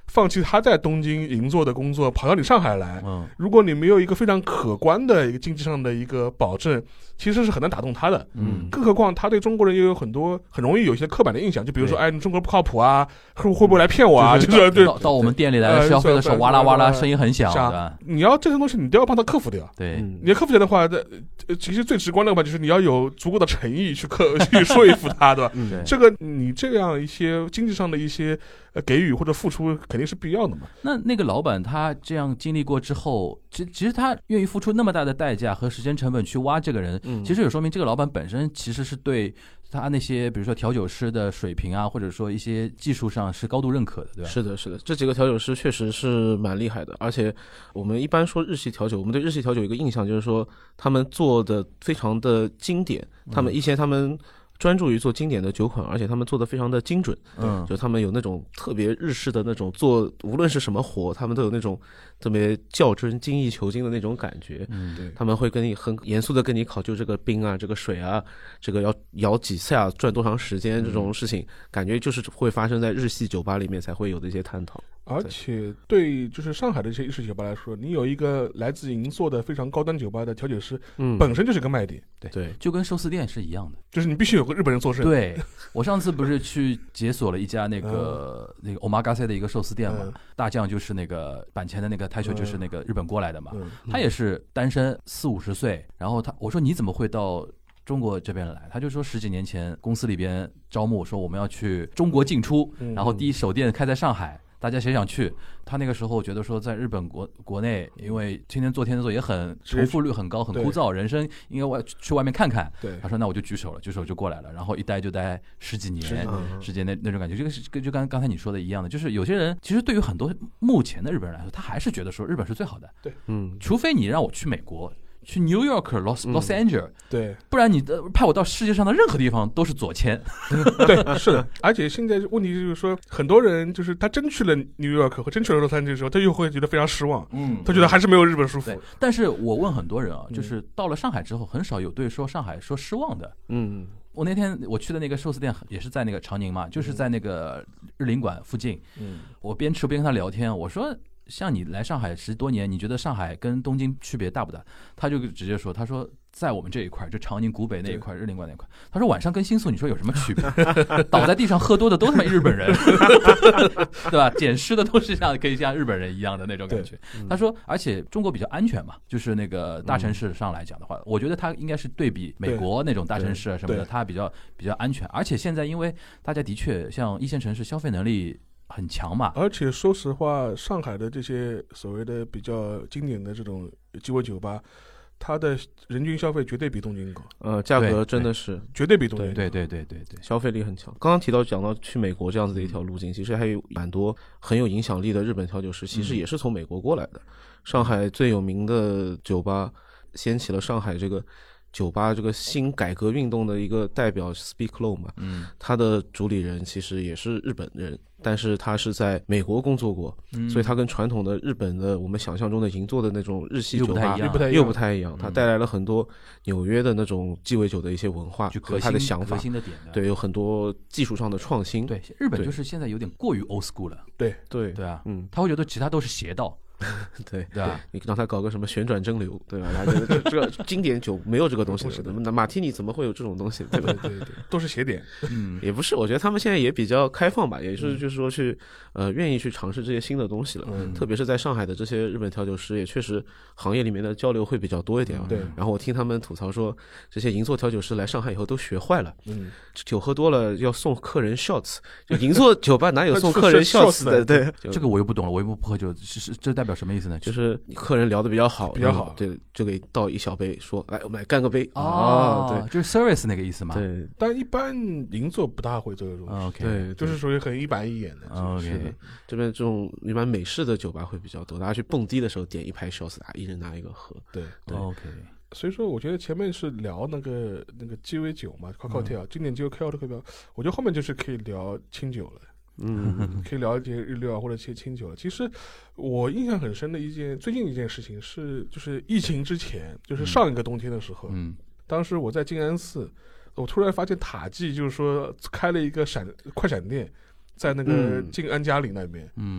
放弃他在东京银座的工作，跑到你上海来， 嗯， 如果你没有一个非常可观的一个经济上的一个保证，其实是很难打动他的。 嗯， 更何况他对中国人也有很多很容易有一些刻板的印象，就比如说，哎，你中国不靠谱啊，会会不会来骗我啊？就是对到到我们店里来消费的时候，哇啦哇啦，声音很响的。 你要这些东西，你都要帮他克服掉。 对， 你要克服掉的话，其实最直观的话就是你要有足够的诚意去克去说服他，对吧？ 对， 这个你这样一些经济上的一些给予或者付出，肯定是必要的嘛。 那那个老板他这样经历过之后，其其实他愿意付出那么大的代价和时间成本去挖这个人， 嗯、 其实也说明这个老板本身其实是对他那些比如说调酒师的水平啊，或者说一些技术上是高度认可的，对吧？ 是的，是的，这几个调酒师确实是蛮厉害的。而且我们一般说日系调酒，我们对日系调酒有一个印象就是说他们做的非常的经典，他们一些他们专注于做经典的酒款，而且他们做的非常的精准， 嗯， 就他们有那种特别日式的那种做，无论是什么活，他们都有那种特别较真、精益求精的那种感觉。 嗯，对， 他们会跟你很严肃的跟你考究这个冰啊、这个水啊、这个要摇几下、转多长时间这种事情，感觉就是会发生在日系酒吧里面才会有的一些探讨。 而且对就是上海的这些日式酒吧来说，你有一个来自银座的非常高端酒吧的调酒师， 嗯， 本身就是个卖点。 对对， 就跟寿司店是一样的， 就是你必须有个日本人做事。 对，我上次不是去解锁了一家那个、嗯、那个 omakase 的一个寿司店嘛、嗯，大酱就是那个板前的那个泰秀就是那个日本过来的嘛，嗯、他也是单身四五十岁，然后他我说你怎么会到中国这边来？他就说十几年前公司里边招募说我们要去中国进出， 嗯、 然后第一手店开在上海。大家谁想去？他那个时候觉得说，在日本国国内，因为天天做天天做也很重复率很高，很枯燥，人生应该外去外面看看。 对， 他说那我就举手了，举手就过来了，然后一待就待十几年，时间那那种感觉，这个是就刚刚才你说的一样的，就是有些人其实对于很多目前的日本人来说，他还是觉得说日本是最好的。 对， 嗯， 除非你让我去美国。去 New York、Los Los Angeles，、嗯、 对， 不然你的派我到世界上的任何地方都是左迁。 对，是的。而且现在问题就是说，很多人就是他真去了 New York 和真去了洛杉矶的时候，他又会觉得非常失望。 嗯， 他觉得还是没有日本舒服。 但是我问很多人啊，就是到了上海之后，很少有对说上海说失望的。 嗯， 我那天我去的那个寿司店也是在那个长宁嘛，就是在那个日领馆附近。 嗯， 我边吃边跟他聊天，我说。像你来上海十多年，你觉得上海跟东京区别大不大？他就直接说，他说在我们这一块，就长宁古北那一块、日领馆那一块，他说晚上跟新宿你说有什么区别？倒在地上喝多的都他妈日本人，对吧？捡尸的都是像可以像日本人一样的那种感觉。他说，而且中国比较安全嘛，就是那个大城市上来讲的话，嗯、我觉得他应该是对比美国那种大城市啊什么的，他比较比较安全。而且现在因为大家的确像一线城市消费能力。很强嘛， 而且说实话，上海的这些所谓的比较经典的这种鸡尾酒吧，它的人均消费绝对比东京高， 呃，价格真的是绝对比东京高， 对对对对对， 消费力很强。刚刚提到讲到去美国这样子的一条路径，其实还有蛮多很有影响力的日本调酒师，其实也是从美国过来的。上海最有名的酒吧，掀起了上海这个。酒吧这个新改革运动的一个代表 Speak Low 嘛， 嗯， 他的主理人其实也是日本人，但是他是在美国工作过， 嗯、 所以他跟传统的日本的我们想象中的银座的那种日系酒吧又不太一样， 又不太一样，他带来了很多纽约的那种鸡尾酒的一些文化和他的想法， 核心的点的， 对，有很多技术上的创新。 对，日本就是现在有点过于 old school 了， 对对对啊， 嗯， 他会觉得其他都是邪道。 对对啊， 你让他搞个什么旋转蒸馏，对吧？这这这个经典酒没有这个东西的，那马提尼怎么会有这种东西？对吧？ 对对对，都是邪点。 嗯， 也不是，我觉得他们现在也比较开放吧，也是就是说去呃愿意去尝试这些新的东西了。 嗯， 特别是在上海的这些日本调酒师，也确实行业里面的交流会比较多一点啊。 对。 然后我听他们吐槽说，这些银座调酒师来上海以后都学坏了。 嗯。 酒喝多了要送客人 shots， 就银座酒吧哪有送客人 shots 的？对， 这个我又不懂了，我又不喝酒，是是这代表什么意思呢？ 就是。客人聊得比较好， 比较好， 对，就给倒一小杯，说来我们来干个杯哦， 对， 就是 service 那个意思嘛。 对， 但一般银座不大会做这种东西， 对， 就是属于很一板一眼的。 OK， 这边这种一般美式的酒吧会比较多，大家去蹦迪的时候点一排 shots， 一人拿一个喝。 对对 ，OK。 所以说，我觉得前面是聊那个那个鸡尾酒嘛 ，cocktail，、嗯、经典鸡尾 cocktail， 我觉得后面就是可以聊清酒了。 嗯， 可以聊一些日料或者一些清酒了。其实我印象很深的一件最近一件事情是，就是疫情之前，就是上一个冬天的时候， 嗯， 当时我在静安寺，我突然发现塔记就是说开了一个闪快闪店，在那个静安嘉里那边， 嗯，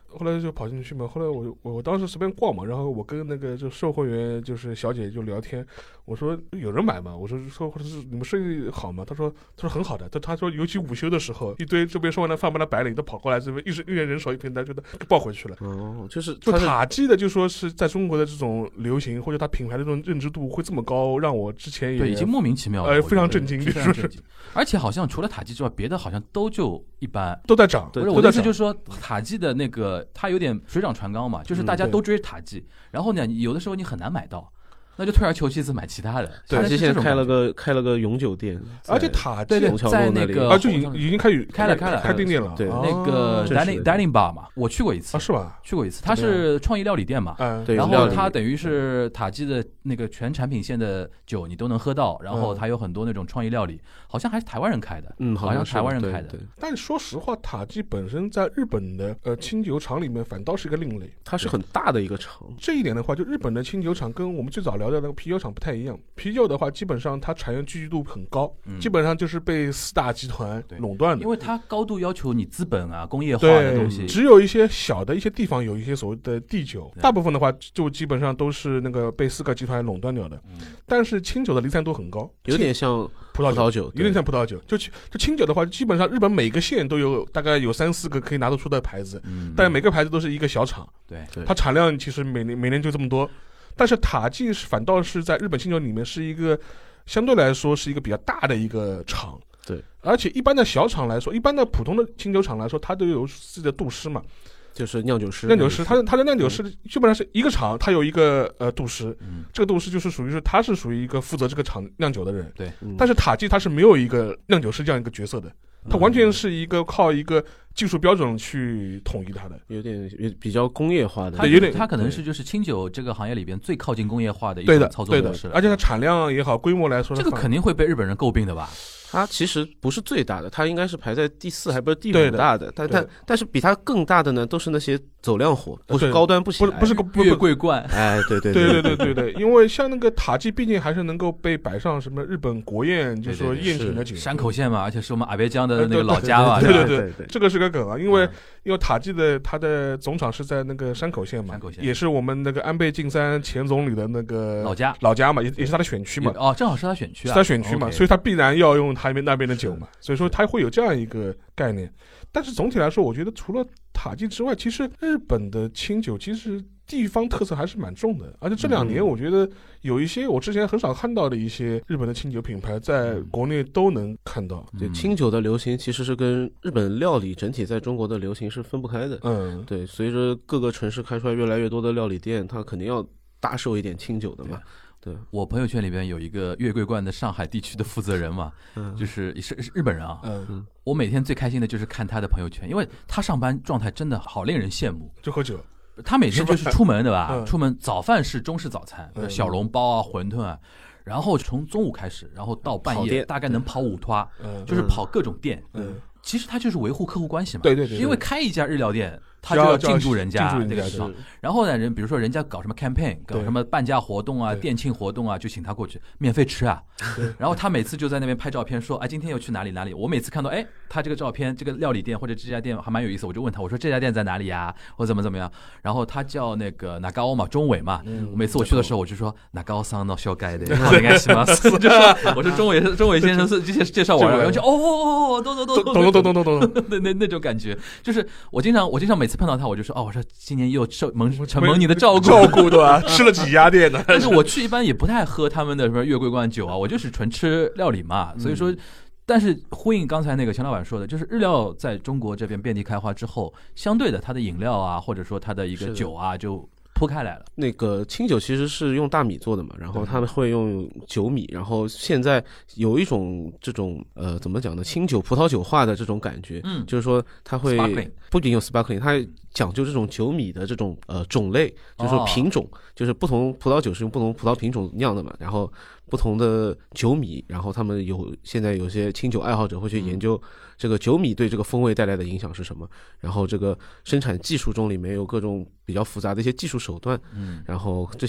后来就跑进去嘛。后来我我我当时随便逛嘛，然后我跟那个就售货员就是小姐就聊天，我说有人买吗？我说说或者是你们生意好吗？他说他说很好的，他他说尤其午休的时候，一堆这边说完了饭班的白领都跑过来这边，一时一人人手一瓶，他就抱回去了。 哦，就是就塔基的就说是在中国的这种流行或者它品牌的这种认知度会这么高，让我之前也对已经莫名其妙了， 呃非常震惊， 非常震惊。而且好像除了塔基之外，别的好像都就一般， 都在涨。 对，我的意思就是说，塔基的那个它有点水涨船高嘛，就是大家都追塔基，然后呢，有的时候你很难买到。那就退而求其次买其他的。 塔基现在开了个开了个永久店， 而且塔基在那个啊就已已经开始开了开了开定店了。 对， 那个 dining dining bar 嘛，我去过一次啊，是吧？ 去过一次，它是创意料理店嘛， 嗯， 对。 然后它等于是塔基的那个全产品线的酒你都能喝到，然后它有很多那种创意料理，好像还是台湾人开的， 嗯， 好像台湾人开的。 但说实话，塔基本身在日本的呃清酒厂里面反倒是一个另类， 它是很大的一个厂。 这一点的话，就日本的清酒厂跟我们最早聊的那个啤酒厂不太一样。啤酒的话，基本上它产业聚集度很高，嗯、基本上就是被四大集团垄断的， 因为它高度要求你资本啊、工业化的东西。 只有一些小的一些地方有一些所谓的地酒，大部分的话就基本上都是那个被四个集团垄断掉的。嗯、但是清酒的离散度很高， 有点像葡萄酒， 有点像葡萄酒。就就清酒的话，基本上日本每个县都有大概有三四个可以拿得出的牌子，嗯、但每个牌子都是一个小厂。 对， 它产量其实每年每年就这么多。但是塔基反倒是在日本清酒里面是一个相对来说是一个比较大的一个厂， 对， 而且一般的小厂来说，一般的普通的清酒厂来说，它都有自己的杜师嘛， 就是酿酒师， 酿酒师，它它的酿酒师基本上是一个厂，它有一个呃杜师，嗯、这个杜师就是属于是他是属于一个负责这个厂酿酒的人， 对， 嗯、但是塔基他是没有一个酿酒师这样一个角色的，他完全是一个靠一个技术标准去统一它的， 有点比较工业化的， 对， 有点， 它可能是就是清酒这个行业里边最靠近工业化的一种操作模式， 而且它产量也好，规模来说， 这个肯定会被日本人诟病的吧？ 它其实不是最大的，它应该是排在第四，还不是第五大的。但但但是比它更大的呢，都是那些走量货，不是高端不起来， 不是不是月桂冠。 哎，对对对对对对对，因为像那个塔基，毕竟还是能够被摆上什么日本国宴，就是说宴请的酒， 山口县嘛，而且是我们阿别江的那个老家嘛。 对对对对，这个是个梗啊，因为因为塔基的它的总厂是在那个山口县嘛，也是我们那个安倍晋三前总理的那个老家老家嘛，也也是他的选区嘛。 哦，正好是他选区啊， 是他选区嘛，所以他必然要用他那边的酒。所以说它会有这样一个概念，但是总体来说，我觉得除了塔基之外，其实日本的清酒其实地方特色还是蛮重的，而且这两年我觉得有一些我之前很少看到的一些日本的清酒品牌，在国内都能看到。 对，清酒的流行其实是跟日本料理整体在中国的流行是分不开的。 嗯， 对，随着各个城市开出来越来越多的料理店，它肯定要搭售一点清酒的嘛。对， 我朋友圈里边有一个月桂冠的上海地区的负责人嘛，嗯、就是是是日本人啊。嗯，我每天最开心的就是看他的朋友圈，因为他上班状态真的好令人羡慕， 就喝酒。 他每天就是出门对吧？ 嗯、 出门早饭是中式早餐，嗯、小笼包啊、馄饨啊，然后从中午开始，然后到半夜大概能跑五拖，嗯、就是跑各种店。嗯，其实他就是维护客户关系嘛。 对对 对, 对， 因为开一家日料店。他就要进驻人家这个市场，然后呢，人比如说人家搞什么 campaign， 搞什么半价活动啊、店庆活动啊，就请他过去免费吃啊。然后他每次就在那边拍照片，说哎，今天又去哪里哪里。我每次看到哎，他这个照片，这个料理店或者这家店还蛮有意思，我就问他，我说这家店在哪里呀？或者怎么怎么样？然后他叫那个哪高嘛，中尾嘛。嗯、每次我去的时候，我就说哪高桑の紹介でお願いします，就说我说中尾中尾先生是介介绍我，然后就哦哦哦，懂懂懂懂懂懂懂懂懂， 那那那种感觉，就是我经常我经常每次碰到他，我就说哦。我说今年又受蒙承蒙你的照顾， 照顾对吧？吃了几家店呢？ 但是我去一般也不太喝他们的什么月桂冠酒啊，我就是纯吃料理嘛。所以说，但是呼应刚才那个钱老板说的，就是日料在中国这边遍地开花之后，相对的它的饮料啊，或者说它的一个酒啊，就铺开来了。 那个清酒其实是用大米做的嘛，然后他们会用酒米，然后现在有一种这种呃怎么讲呢，清酒葡萄酒化的这种感觉，嗯，就是说它会 sparkling 不仅有 sparkling， 它讲究这种酒米的这种呃种类，就是说品种，哦、就是不同葡萄酒是用不同葡萄品种酿的嘛，然后不同的酒米，然后他们有现在有些清酒爱好者会去研究这个酒米对这个风味带来的影响是什么，然后这个生产技术中里面有各种比较复杂的一些技术手段，嗯，然后这些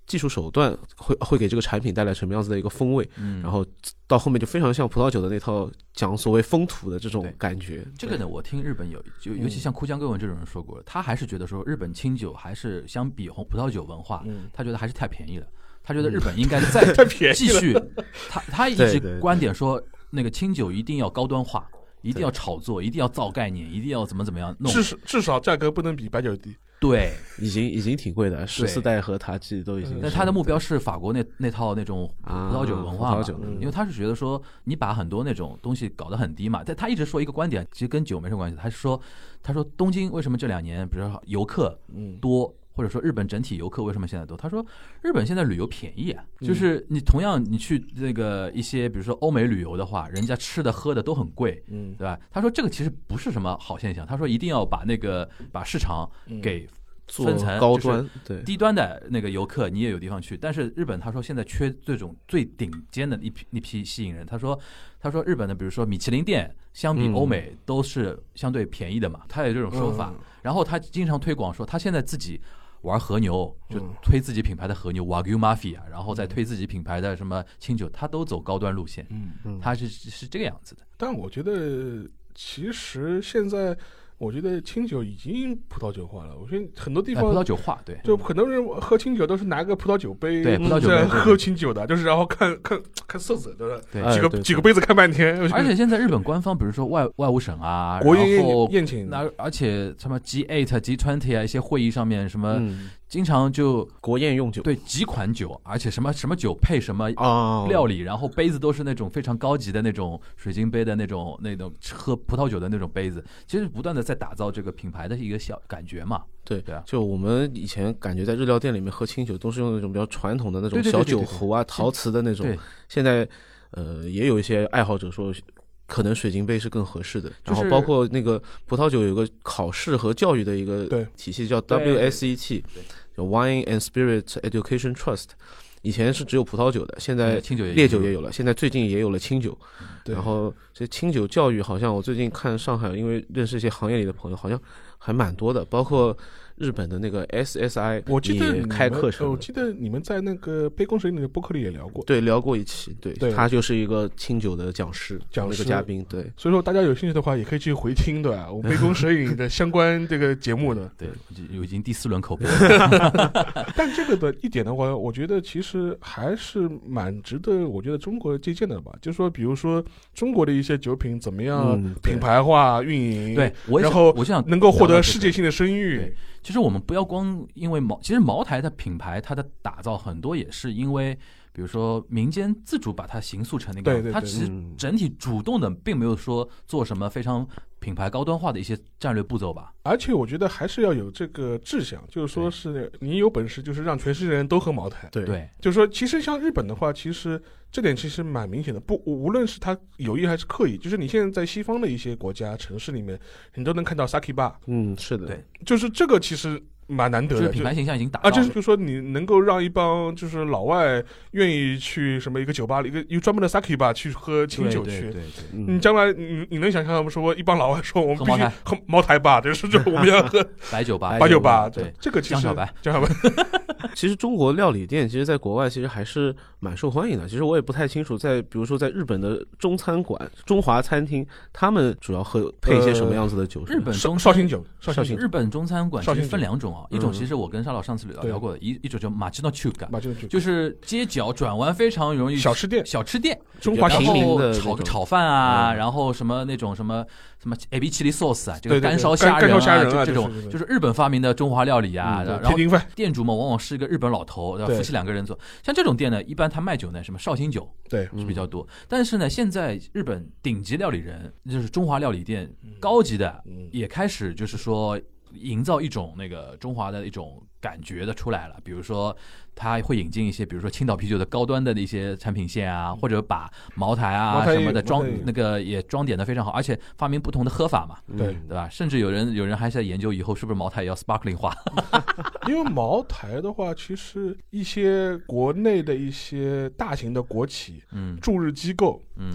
技术手段会会给这个产品带来什么样子的一个风味， 嗯， 然后到后面就非常像葡萄酒的那套讲所谓风土的这种感觉。 这个呢，我听日本有就尤其像哭江歌文这种人说过，他还是觉得说日本清酒还是相比红葡萄酒文化， 嗯他觉得还是太便宜了。他觉得日本应该再太便宜了继续，他他一直对对对观点说，那个清酒一定要高端化，一定要炒作，一定要造概念，一定要怎么怎么样弄。 至少至少价格不能比白酒低。 对， 已经已经挺贵的，十四代和塔基都已经是。 但他的目标是法国那那套那种葡萄酒文化嘛， 啊葡萄酒因为他是觉得说你把很多那种东西搞得很低嘛。但他一直说一个观点，其实跟酒没什么关系。他是说，他说东京为什么这两年比如说游客多？或者说日本整体游客为什么现在多？他说日本现在旅游便宜啊，就是你同样你去那个一些比如说欧美旅游的话，人家吃的喝的都很贵， 嗯， 对吧？他说这个其实不是什么好现象，他说一定要把那个把市场给分层高端，对低端的那个游客你也有地方去，但是日本他说现在缺这种最顶尖的一批一批吸引人。他说他说日本的比如说米其林店相比欧美都是相对便宜的嘛，他有这种说法。然后他经常推广说他现在自己玩和牛，就推自己品牌的和牛 Wagyu Mafia， 然后再推自己品牌的什么清酒，他都走高端路线。嗯，他是是这个样子的。 但我觉得其实现在。我觉得清酒已经葡萄酒化了。我觉得很多地方、 哎、葡萄酒化，对， 就很多人喝清酒都是拿个葡萄酒杯， 对，葡萄酒杯喝清酒的，就是然后看看看色子，对吧？ 对， 几个、哎、几个杯子看半天。 而且现在日本官方，比如说外外务省啊， 国宴宴宴请， 那而且什么 G 八、G 二十 啊，一些会议上面什么。嗯经常就国宴用酒， 对几款酒，而且什么什么酒配什么料理， oh. 然后杯子都是那种非常高级的那种水晶杯的那种那种喝葡萄酒的那种杯子，其实不断的在打造这个品牌的一个小感觉嘛。 对对啊， 就我们以前感觉在日料店里面喝清酒都是用那种比较传统的那种小酒壶啊，陶瓷的那种。现在呃也有一些爱好者说。可能水晶杯是更合适的，然后包括那个葡萄酒有个考试和教育的一个体系叫 W S E T， 叫 Wine and Spirit Education Trust。以前是只有葡萄酒的，现在烈酒也有了，现在最近也有了清酒。然后这清酒教育好像我最近看上海，因为认识一些行业里的朋友，好像还蛮多的，包括日本的那个 S S I 也开课程。 我记得你们在那个杯弓蛇影的播客里也聊过， 对，聊过一期。对， 对他就是一个清酒的讲师， 讲那个嘉宾。对， 所以说大家有兴趣的话，也可以去回听的、啊，我杯弓蛇影的相关这个节目的。 对，有已经第四轮口碑。 但这个的一点的话，我觉得其实还是蛮值得，我觉得中国借鉴的吧。就是说，比如说中国的一些酒品怎么样品牌化运营， 对，我然后我想能够获得世界性的声誉。 其实我们不要光因为茅，其实茅台的品牌它的打造很多也是因为，比如说民间自主把它形塑成那个样子， 对对对， 它其实整体主动的并没有说做什么非常品牌高端化的一些战略步骤吧。 而且我觉得还是要有这个志向，就是说是你有本事，就是让全世界人都喝茅台。 对对， 就是说，其实像日本的话，其实这点其实蛮明显的，不，无论是他有意还是刻意，就是你现在在西方的一些国家城市里面，你都能看到 Sake bar。 嗯，是的， 对， 就是这个其实蛮难得的， 就是品牌形象已经打造了啊，就是就说你能够让一帮就是老外愿意去什么一个酒吧里一个一个专门的 Sake bar 去喝清酒去， 对对对对你将来你你能想象说一帮老外说我们必须喝茅台喝茅台吧，就是就我们要喝白酒吧， 白酒吧， 对， 这个其实江小白， 江小白。 其实中国料理店其实在国外其实还是蛮受欢迎的。其实我也不太清楚，在比如说在日本的中餐馆、中华餐厅，他们主要喝配一些什么样子的酒？ 呃、日本中绍兴酒，绍兴日本中餐馆其实分两种啊，一种其实我跟沙老上次聊聊过的，一一种叫马吉诺丘嘎，就是街角转弯非常容易小吃店， 小吃店， 中华平民的炒个炒饭啊，然后什么那种什么什么 A B 七里 sauce 啊，这个干烧虾仁啊， 这种就是日本发明的中华料理啊。然后店主嘛，往往是一个日本老头，夫妻两个人做。像这种店呢，一般他卖酒呢，什么绍兴酒， 对， 是比较多。但是呢，现在日本顶级料理人，就是中华料理店，高级的也开始就是说营造一种那个中华的一种感觉的出来了。比如说他会引进一些比如说青岛啤酒的高端的一些产品线啊，或者把茅台啊什么的装那个也装点的非常好，而且发明不同的喝法嘛， 对对吧？甚至有人有人还在研究以后是不是茅台也要 sparkling 化。 因为茅台的话，其实一些国内的一些大型的国企、嗯，驻日机构，嗯。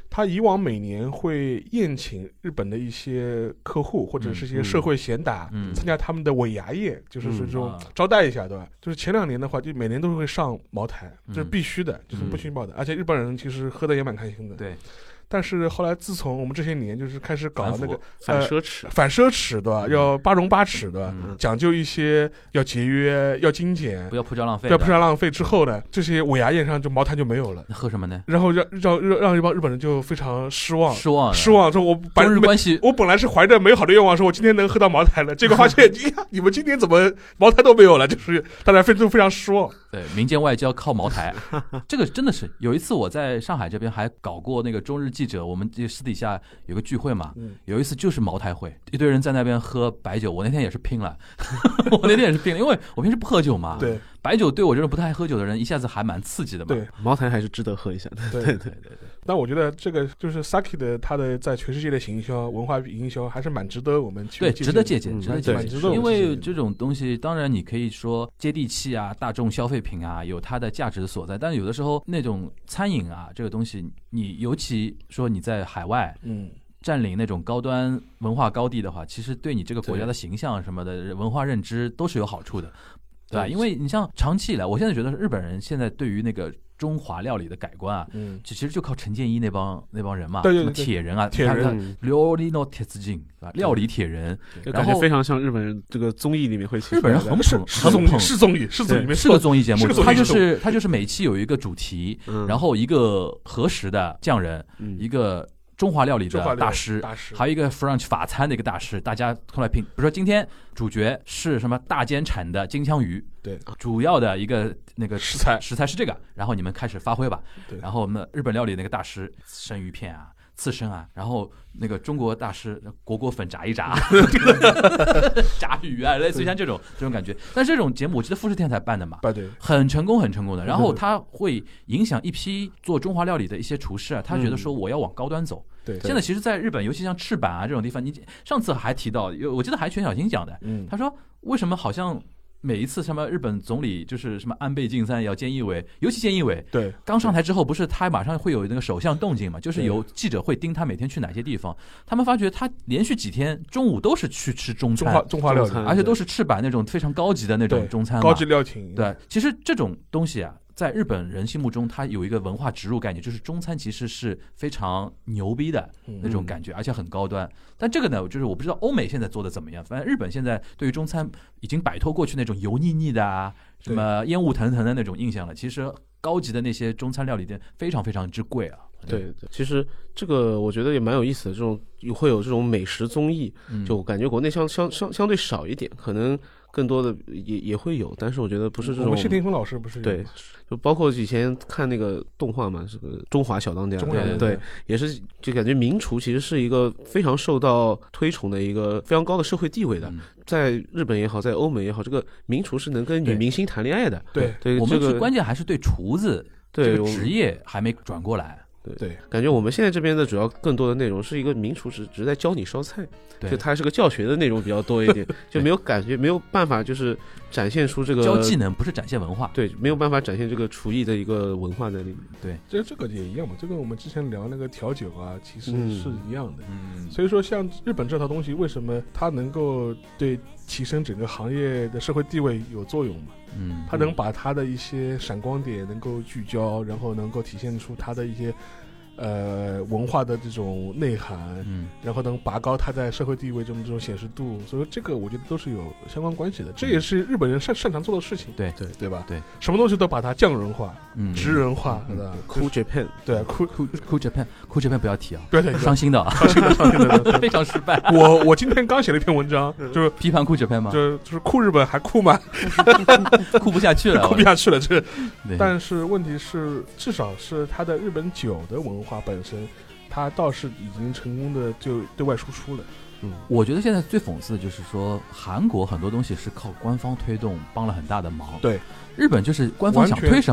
他以往每年会宴请日本的一些客户或者是一些社会贤达、 嗯、 参加他们的尾牙宴，就是说这种嗯、 招待一下，对吧？就是前两年的话，就每年都会上茅台，这、就是必须的，就是不许报的、嗯。而且日本人其实喝的也蛮开心的。 对。 但是后来，自从我们这些年就是开始搞那个反奢侈、 呃、反奢侈，对吧？嗯、要八荣八耻，对吧、嗯？讲究一些，要节约，要精简， 不要铺张浪费， 不要铺张浪费。之后呢，这些尾牙宴上就茅台就没有了。 那喝什么呢？ 然后让让让让一帮日本人就非常失望， 失望， 失望。说我中日关系， 我本来是怀着美好的愿望，说我今天能喝到茅台了，结果发现，呀，你们今天怎么茅台都没有了？就是大家非常非常失望。 对，民间外交靠茅台，这个真的是有一次我在上海这边还搞过那个中日记者，我们私底下有个聚会嘛， 嗯、 有一次就是茅台会，一堆人在那边喝白酒，我那天也是拼了，我那天也是拼了，因为我平时不喝酒嘛， 对， 白酒对我这种不太爱喝酒的人一下子还蛮刺激的嘛， 对， 茅台还是值得喝一下的， 对对对对对。 但我觉得这个就是 Sake 的他的在全世界的行销、文化营销还是蛮值得我们去对值得借鉴， 嗯、 值得借鉴， 值得因为这种东西，当然你可以说接地气啊，大众消费品啊，有它的价值所在，但是有的时候那种餐饮啊，这个东西，你尤其说你在海外， 嗯。 占领那种高端文化高地的话，其实对你这个国家的形象什么的文化认知都是有好处的，对吧？因为你像长期以来，我现在觉得日本人现在对于那个中华料理的改观啊， 嗯， 其实就靠陈建一那帮那帮人嘛， 对对对， 什么铁人啊， 铁人， 料理の鉄人，料理铁人， 感觉非常像日本人这个综艺里面会日本人很是很综艺，是综艺，是综艺， 是个综艺节目， 它就是它就是每期有一个主题，然后一个和食的匠人，一个中华料理的大师， 大师还有一个 French 法餐的一个大师，大家后来拼。比如说今天主角是什么大间产的金枪鱼， 对， 主要的一个那个食材食材是这个，然后你们开始发挥吧。 对， 然后我们日本料理那个大师生鱼片啊。刺身啊，然后那个中国大师果果粉炸一炸，炸鱼啊，类似于像这种这种感觉。但是这种节目我记得富士电视台办的嘛， 对， 很成功很成功的。然后他会影响一批做中华料理的一些厨师啊，他觉得说我要往高端走。 对， 现在其实在日本，尤其像赤坂啊这种地方，你上次还提到，我记得还全小新讲的， 嗯， 他说为什么好像。每一次什么日本总理就是什么安倍晋三也要菅义伟，尤其菅义伟， 对， 刚上台之后不是他马上会有那个首相动静嘛，就是有记者会盯他每天去哪些地方，他们发觉他连续几天中午都是去吃中餐， 中华中华料理， 而且都是赤坂那种非常高级的那种中餐， 高级料亭。 对，其实这种东西啊。在日本人心目中，它有一个文化植入概念，就是中餐其实是非常牛逼的那种感觉，而且很高端。但这个呢，就是我不知道欧美现在做的怎么样，反正日本现在对于中餐已经摆脱过去那种油腻腻的啊，什么烟雾腾腾的那种印象了。其实高级的那些中餐料理店非常非常之贵啊。 对对，其实这个我觉得也蛮有意思的，这种会有这种美食综艺，就感觉国内相相相相对少一点，可能。更多的也也会有，但是我觉得不是这种。 我们谢霆锋老师不是有对，就包括以前看那个动画嘛，这个《中华小当家》， 对对, 对，也是就感觉名厨其实是一个非常受到推崇的一个非常高的社会地位的， 嗯、 在日本也好，在欧美也好，这个名厨是能跟女明星谈恋爱的。 对对， 我们这个关键还是对厨子这个职业还没转过来。 对对，感觉我们现在这边的主要更多的内容是一个名厨，只只是在教你烧菜，就它是个教学的内容比较多一点，就没有感觉没有办法就是展现出这个教技能，不是展现文化， 对，没有办法展现这个厨艺的一个文化在里面。 对， 这这个也一样嘛，这跟我们之前聊那个调酒啊，其实是一样的。 嗯， 所以说像日本这套东西，为什么它能够对提升整个行业的社会地位有作用嘛？ 嗯， 它能把它的一些闪光点能够聚焦，然后能够体现出它的一些呃文化的这种内涵， 嗯， 然后能拔高它在社会地位中这种显示度，所以这个我觉得都是有相关关系的，这也是日本人擅擅长做的事情， 对对对吧？ 对， 什么东西都把它匠人化、 嗯， 职人化，对吧 ？Cool Japan， 对 ，Cool Cool Cool Japan，Cool Japan 不要提啊， 不要提， 伤心的啊， 伤心的，伤心的， 非常失败。 我我今天刚写了一篇文章，就是批判 Cool Japan 吗？ 就就是酷日本还酷吗？ 酷不下去了， 酷不下去了，这。但是问题是，至少是它的日本酒的文化本身，它倒是已经成功的就对外输出了。 嗯，我觉得现在最讽刺的就是说，韩国很多东西是靠官方推动，帮了很大的忙。 对， 日本就是官方想推什么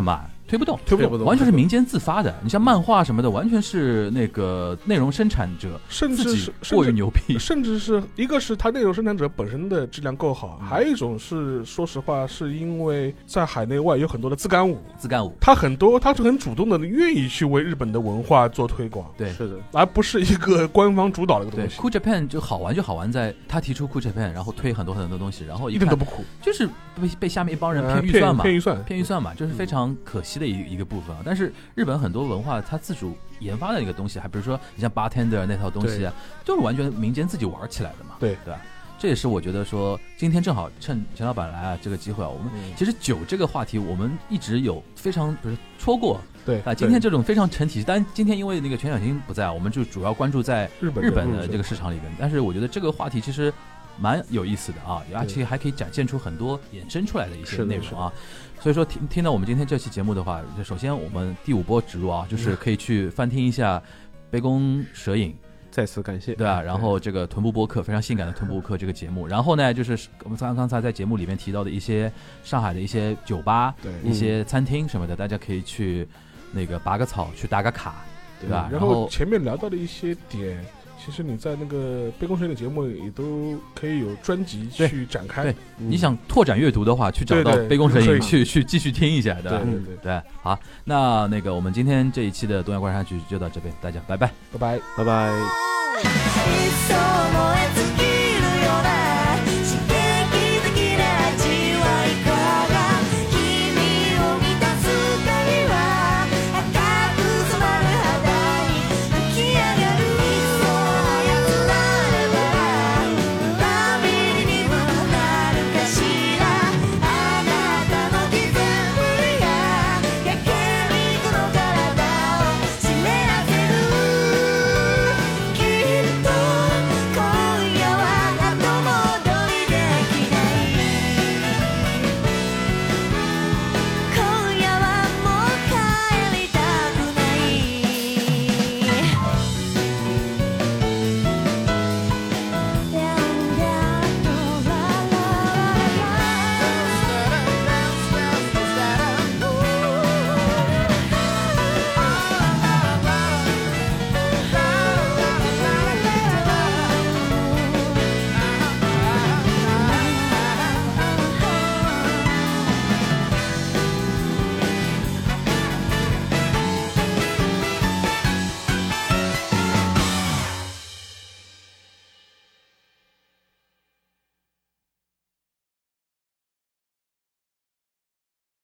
推不动， 推不动， 不动完全是民间自发的。你像漫画什么的，完全是那个内容生产者甚至是过于牛逼， 甚至是一个是他内容生产者本身的质量够好，嗯、还有一种是说实话，是因为在海内外有很多的自干五， 自干五， 他很多他是很主动的，愿意去为日本的文化做推广， 对， 是的， 而不是一个官方主导的一个东西。 Cool Japan 就好玩就好玩在他提出 Cool Japan， 然后推很多很多东西，然后一一点都不酷， 就是被被下面一帮人骗预算嘛， 骗预算， 骗预算嘛，就是非常可惜的一一个部分。但是日本很多文化，它自主研发的一个东西，还比如说你像 bartender 那套东西啊，就是完全民间自己玩起来的嘛。 对对吧？这也是我觉得说，今天正好趁钱老板来啊这个机会啊，我们、嗯、其实酒这个话题，我们一直有非常不是戳过。 对啊，今天这种非常成体系，但今天因为那个全小新不在，我们就主要关注在日本日本的这个市场里面。但是我觉得这个话题其实蛮有意思的啊，而且还可以展现出很多衍生出来的一些内容啊。所以说听听到我们今天这期节目的话，首先我们第五波植入啊，就是可以去翻听一下杯弓蛇影， 再次感谢， 对吧？然后这个臀部播客非常性感的臀部播客这个节目，然后呢，就是我们刚刚才在节目里面提到的一些上海的一些酒吧、 对一些餐厅什么的，大家可以去那个拔个草，去打个卡，对吧？ 然后前面聊到的一些点。其实你在那个杯弓蛇影的节目里都可以有专辑去展开。 对，对嗯、你想拓展阅读的话，去找到杯弓蛇影去去继续听一下，对吧？ 对对 对, 对。好，那那个我们今天这一期的东亚观察局就到这边，大家拜拜， 拜拜， 拜拜。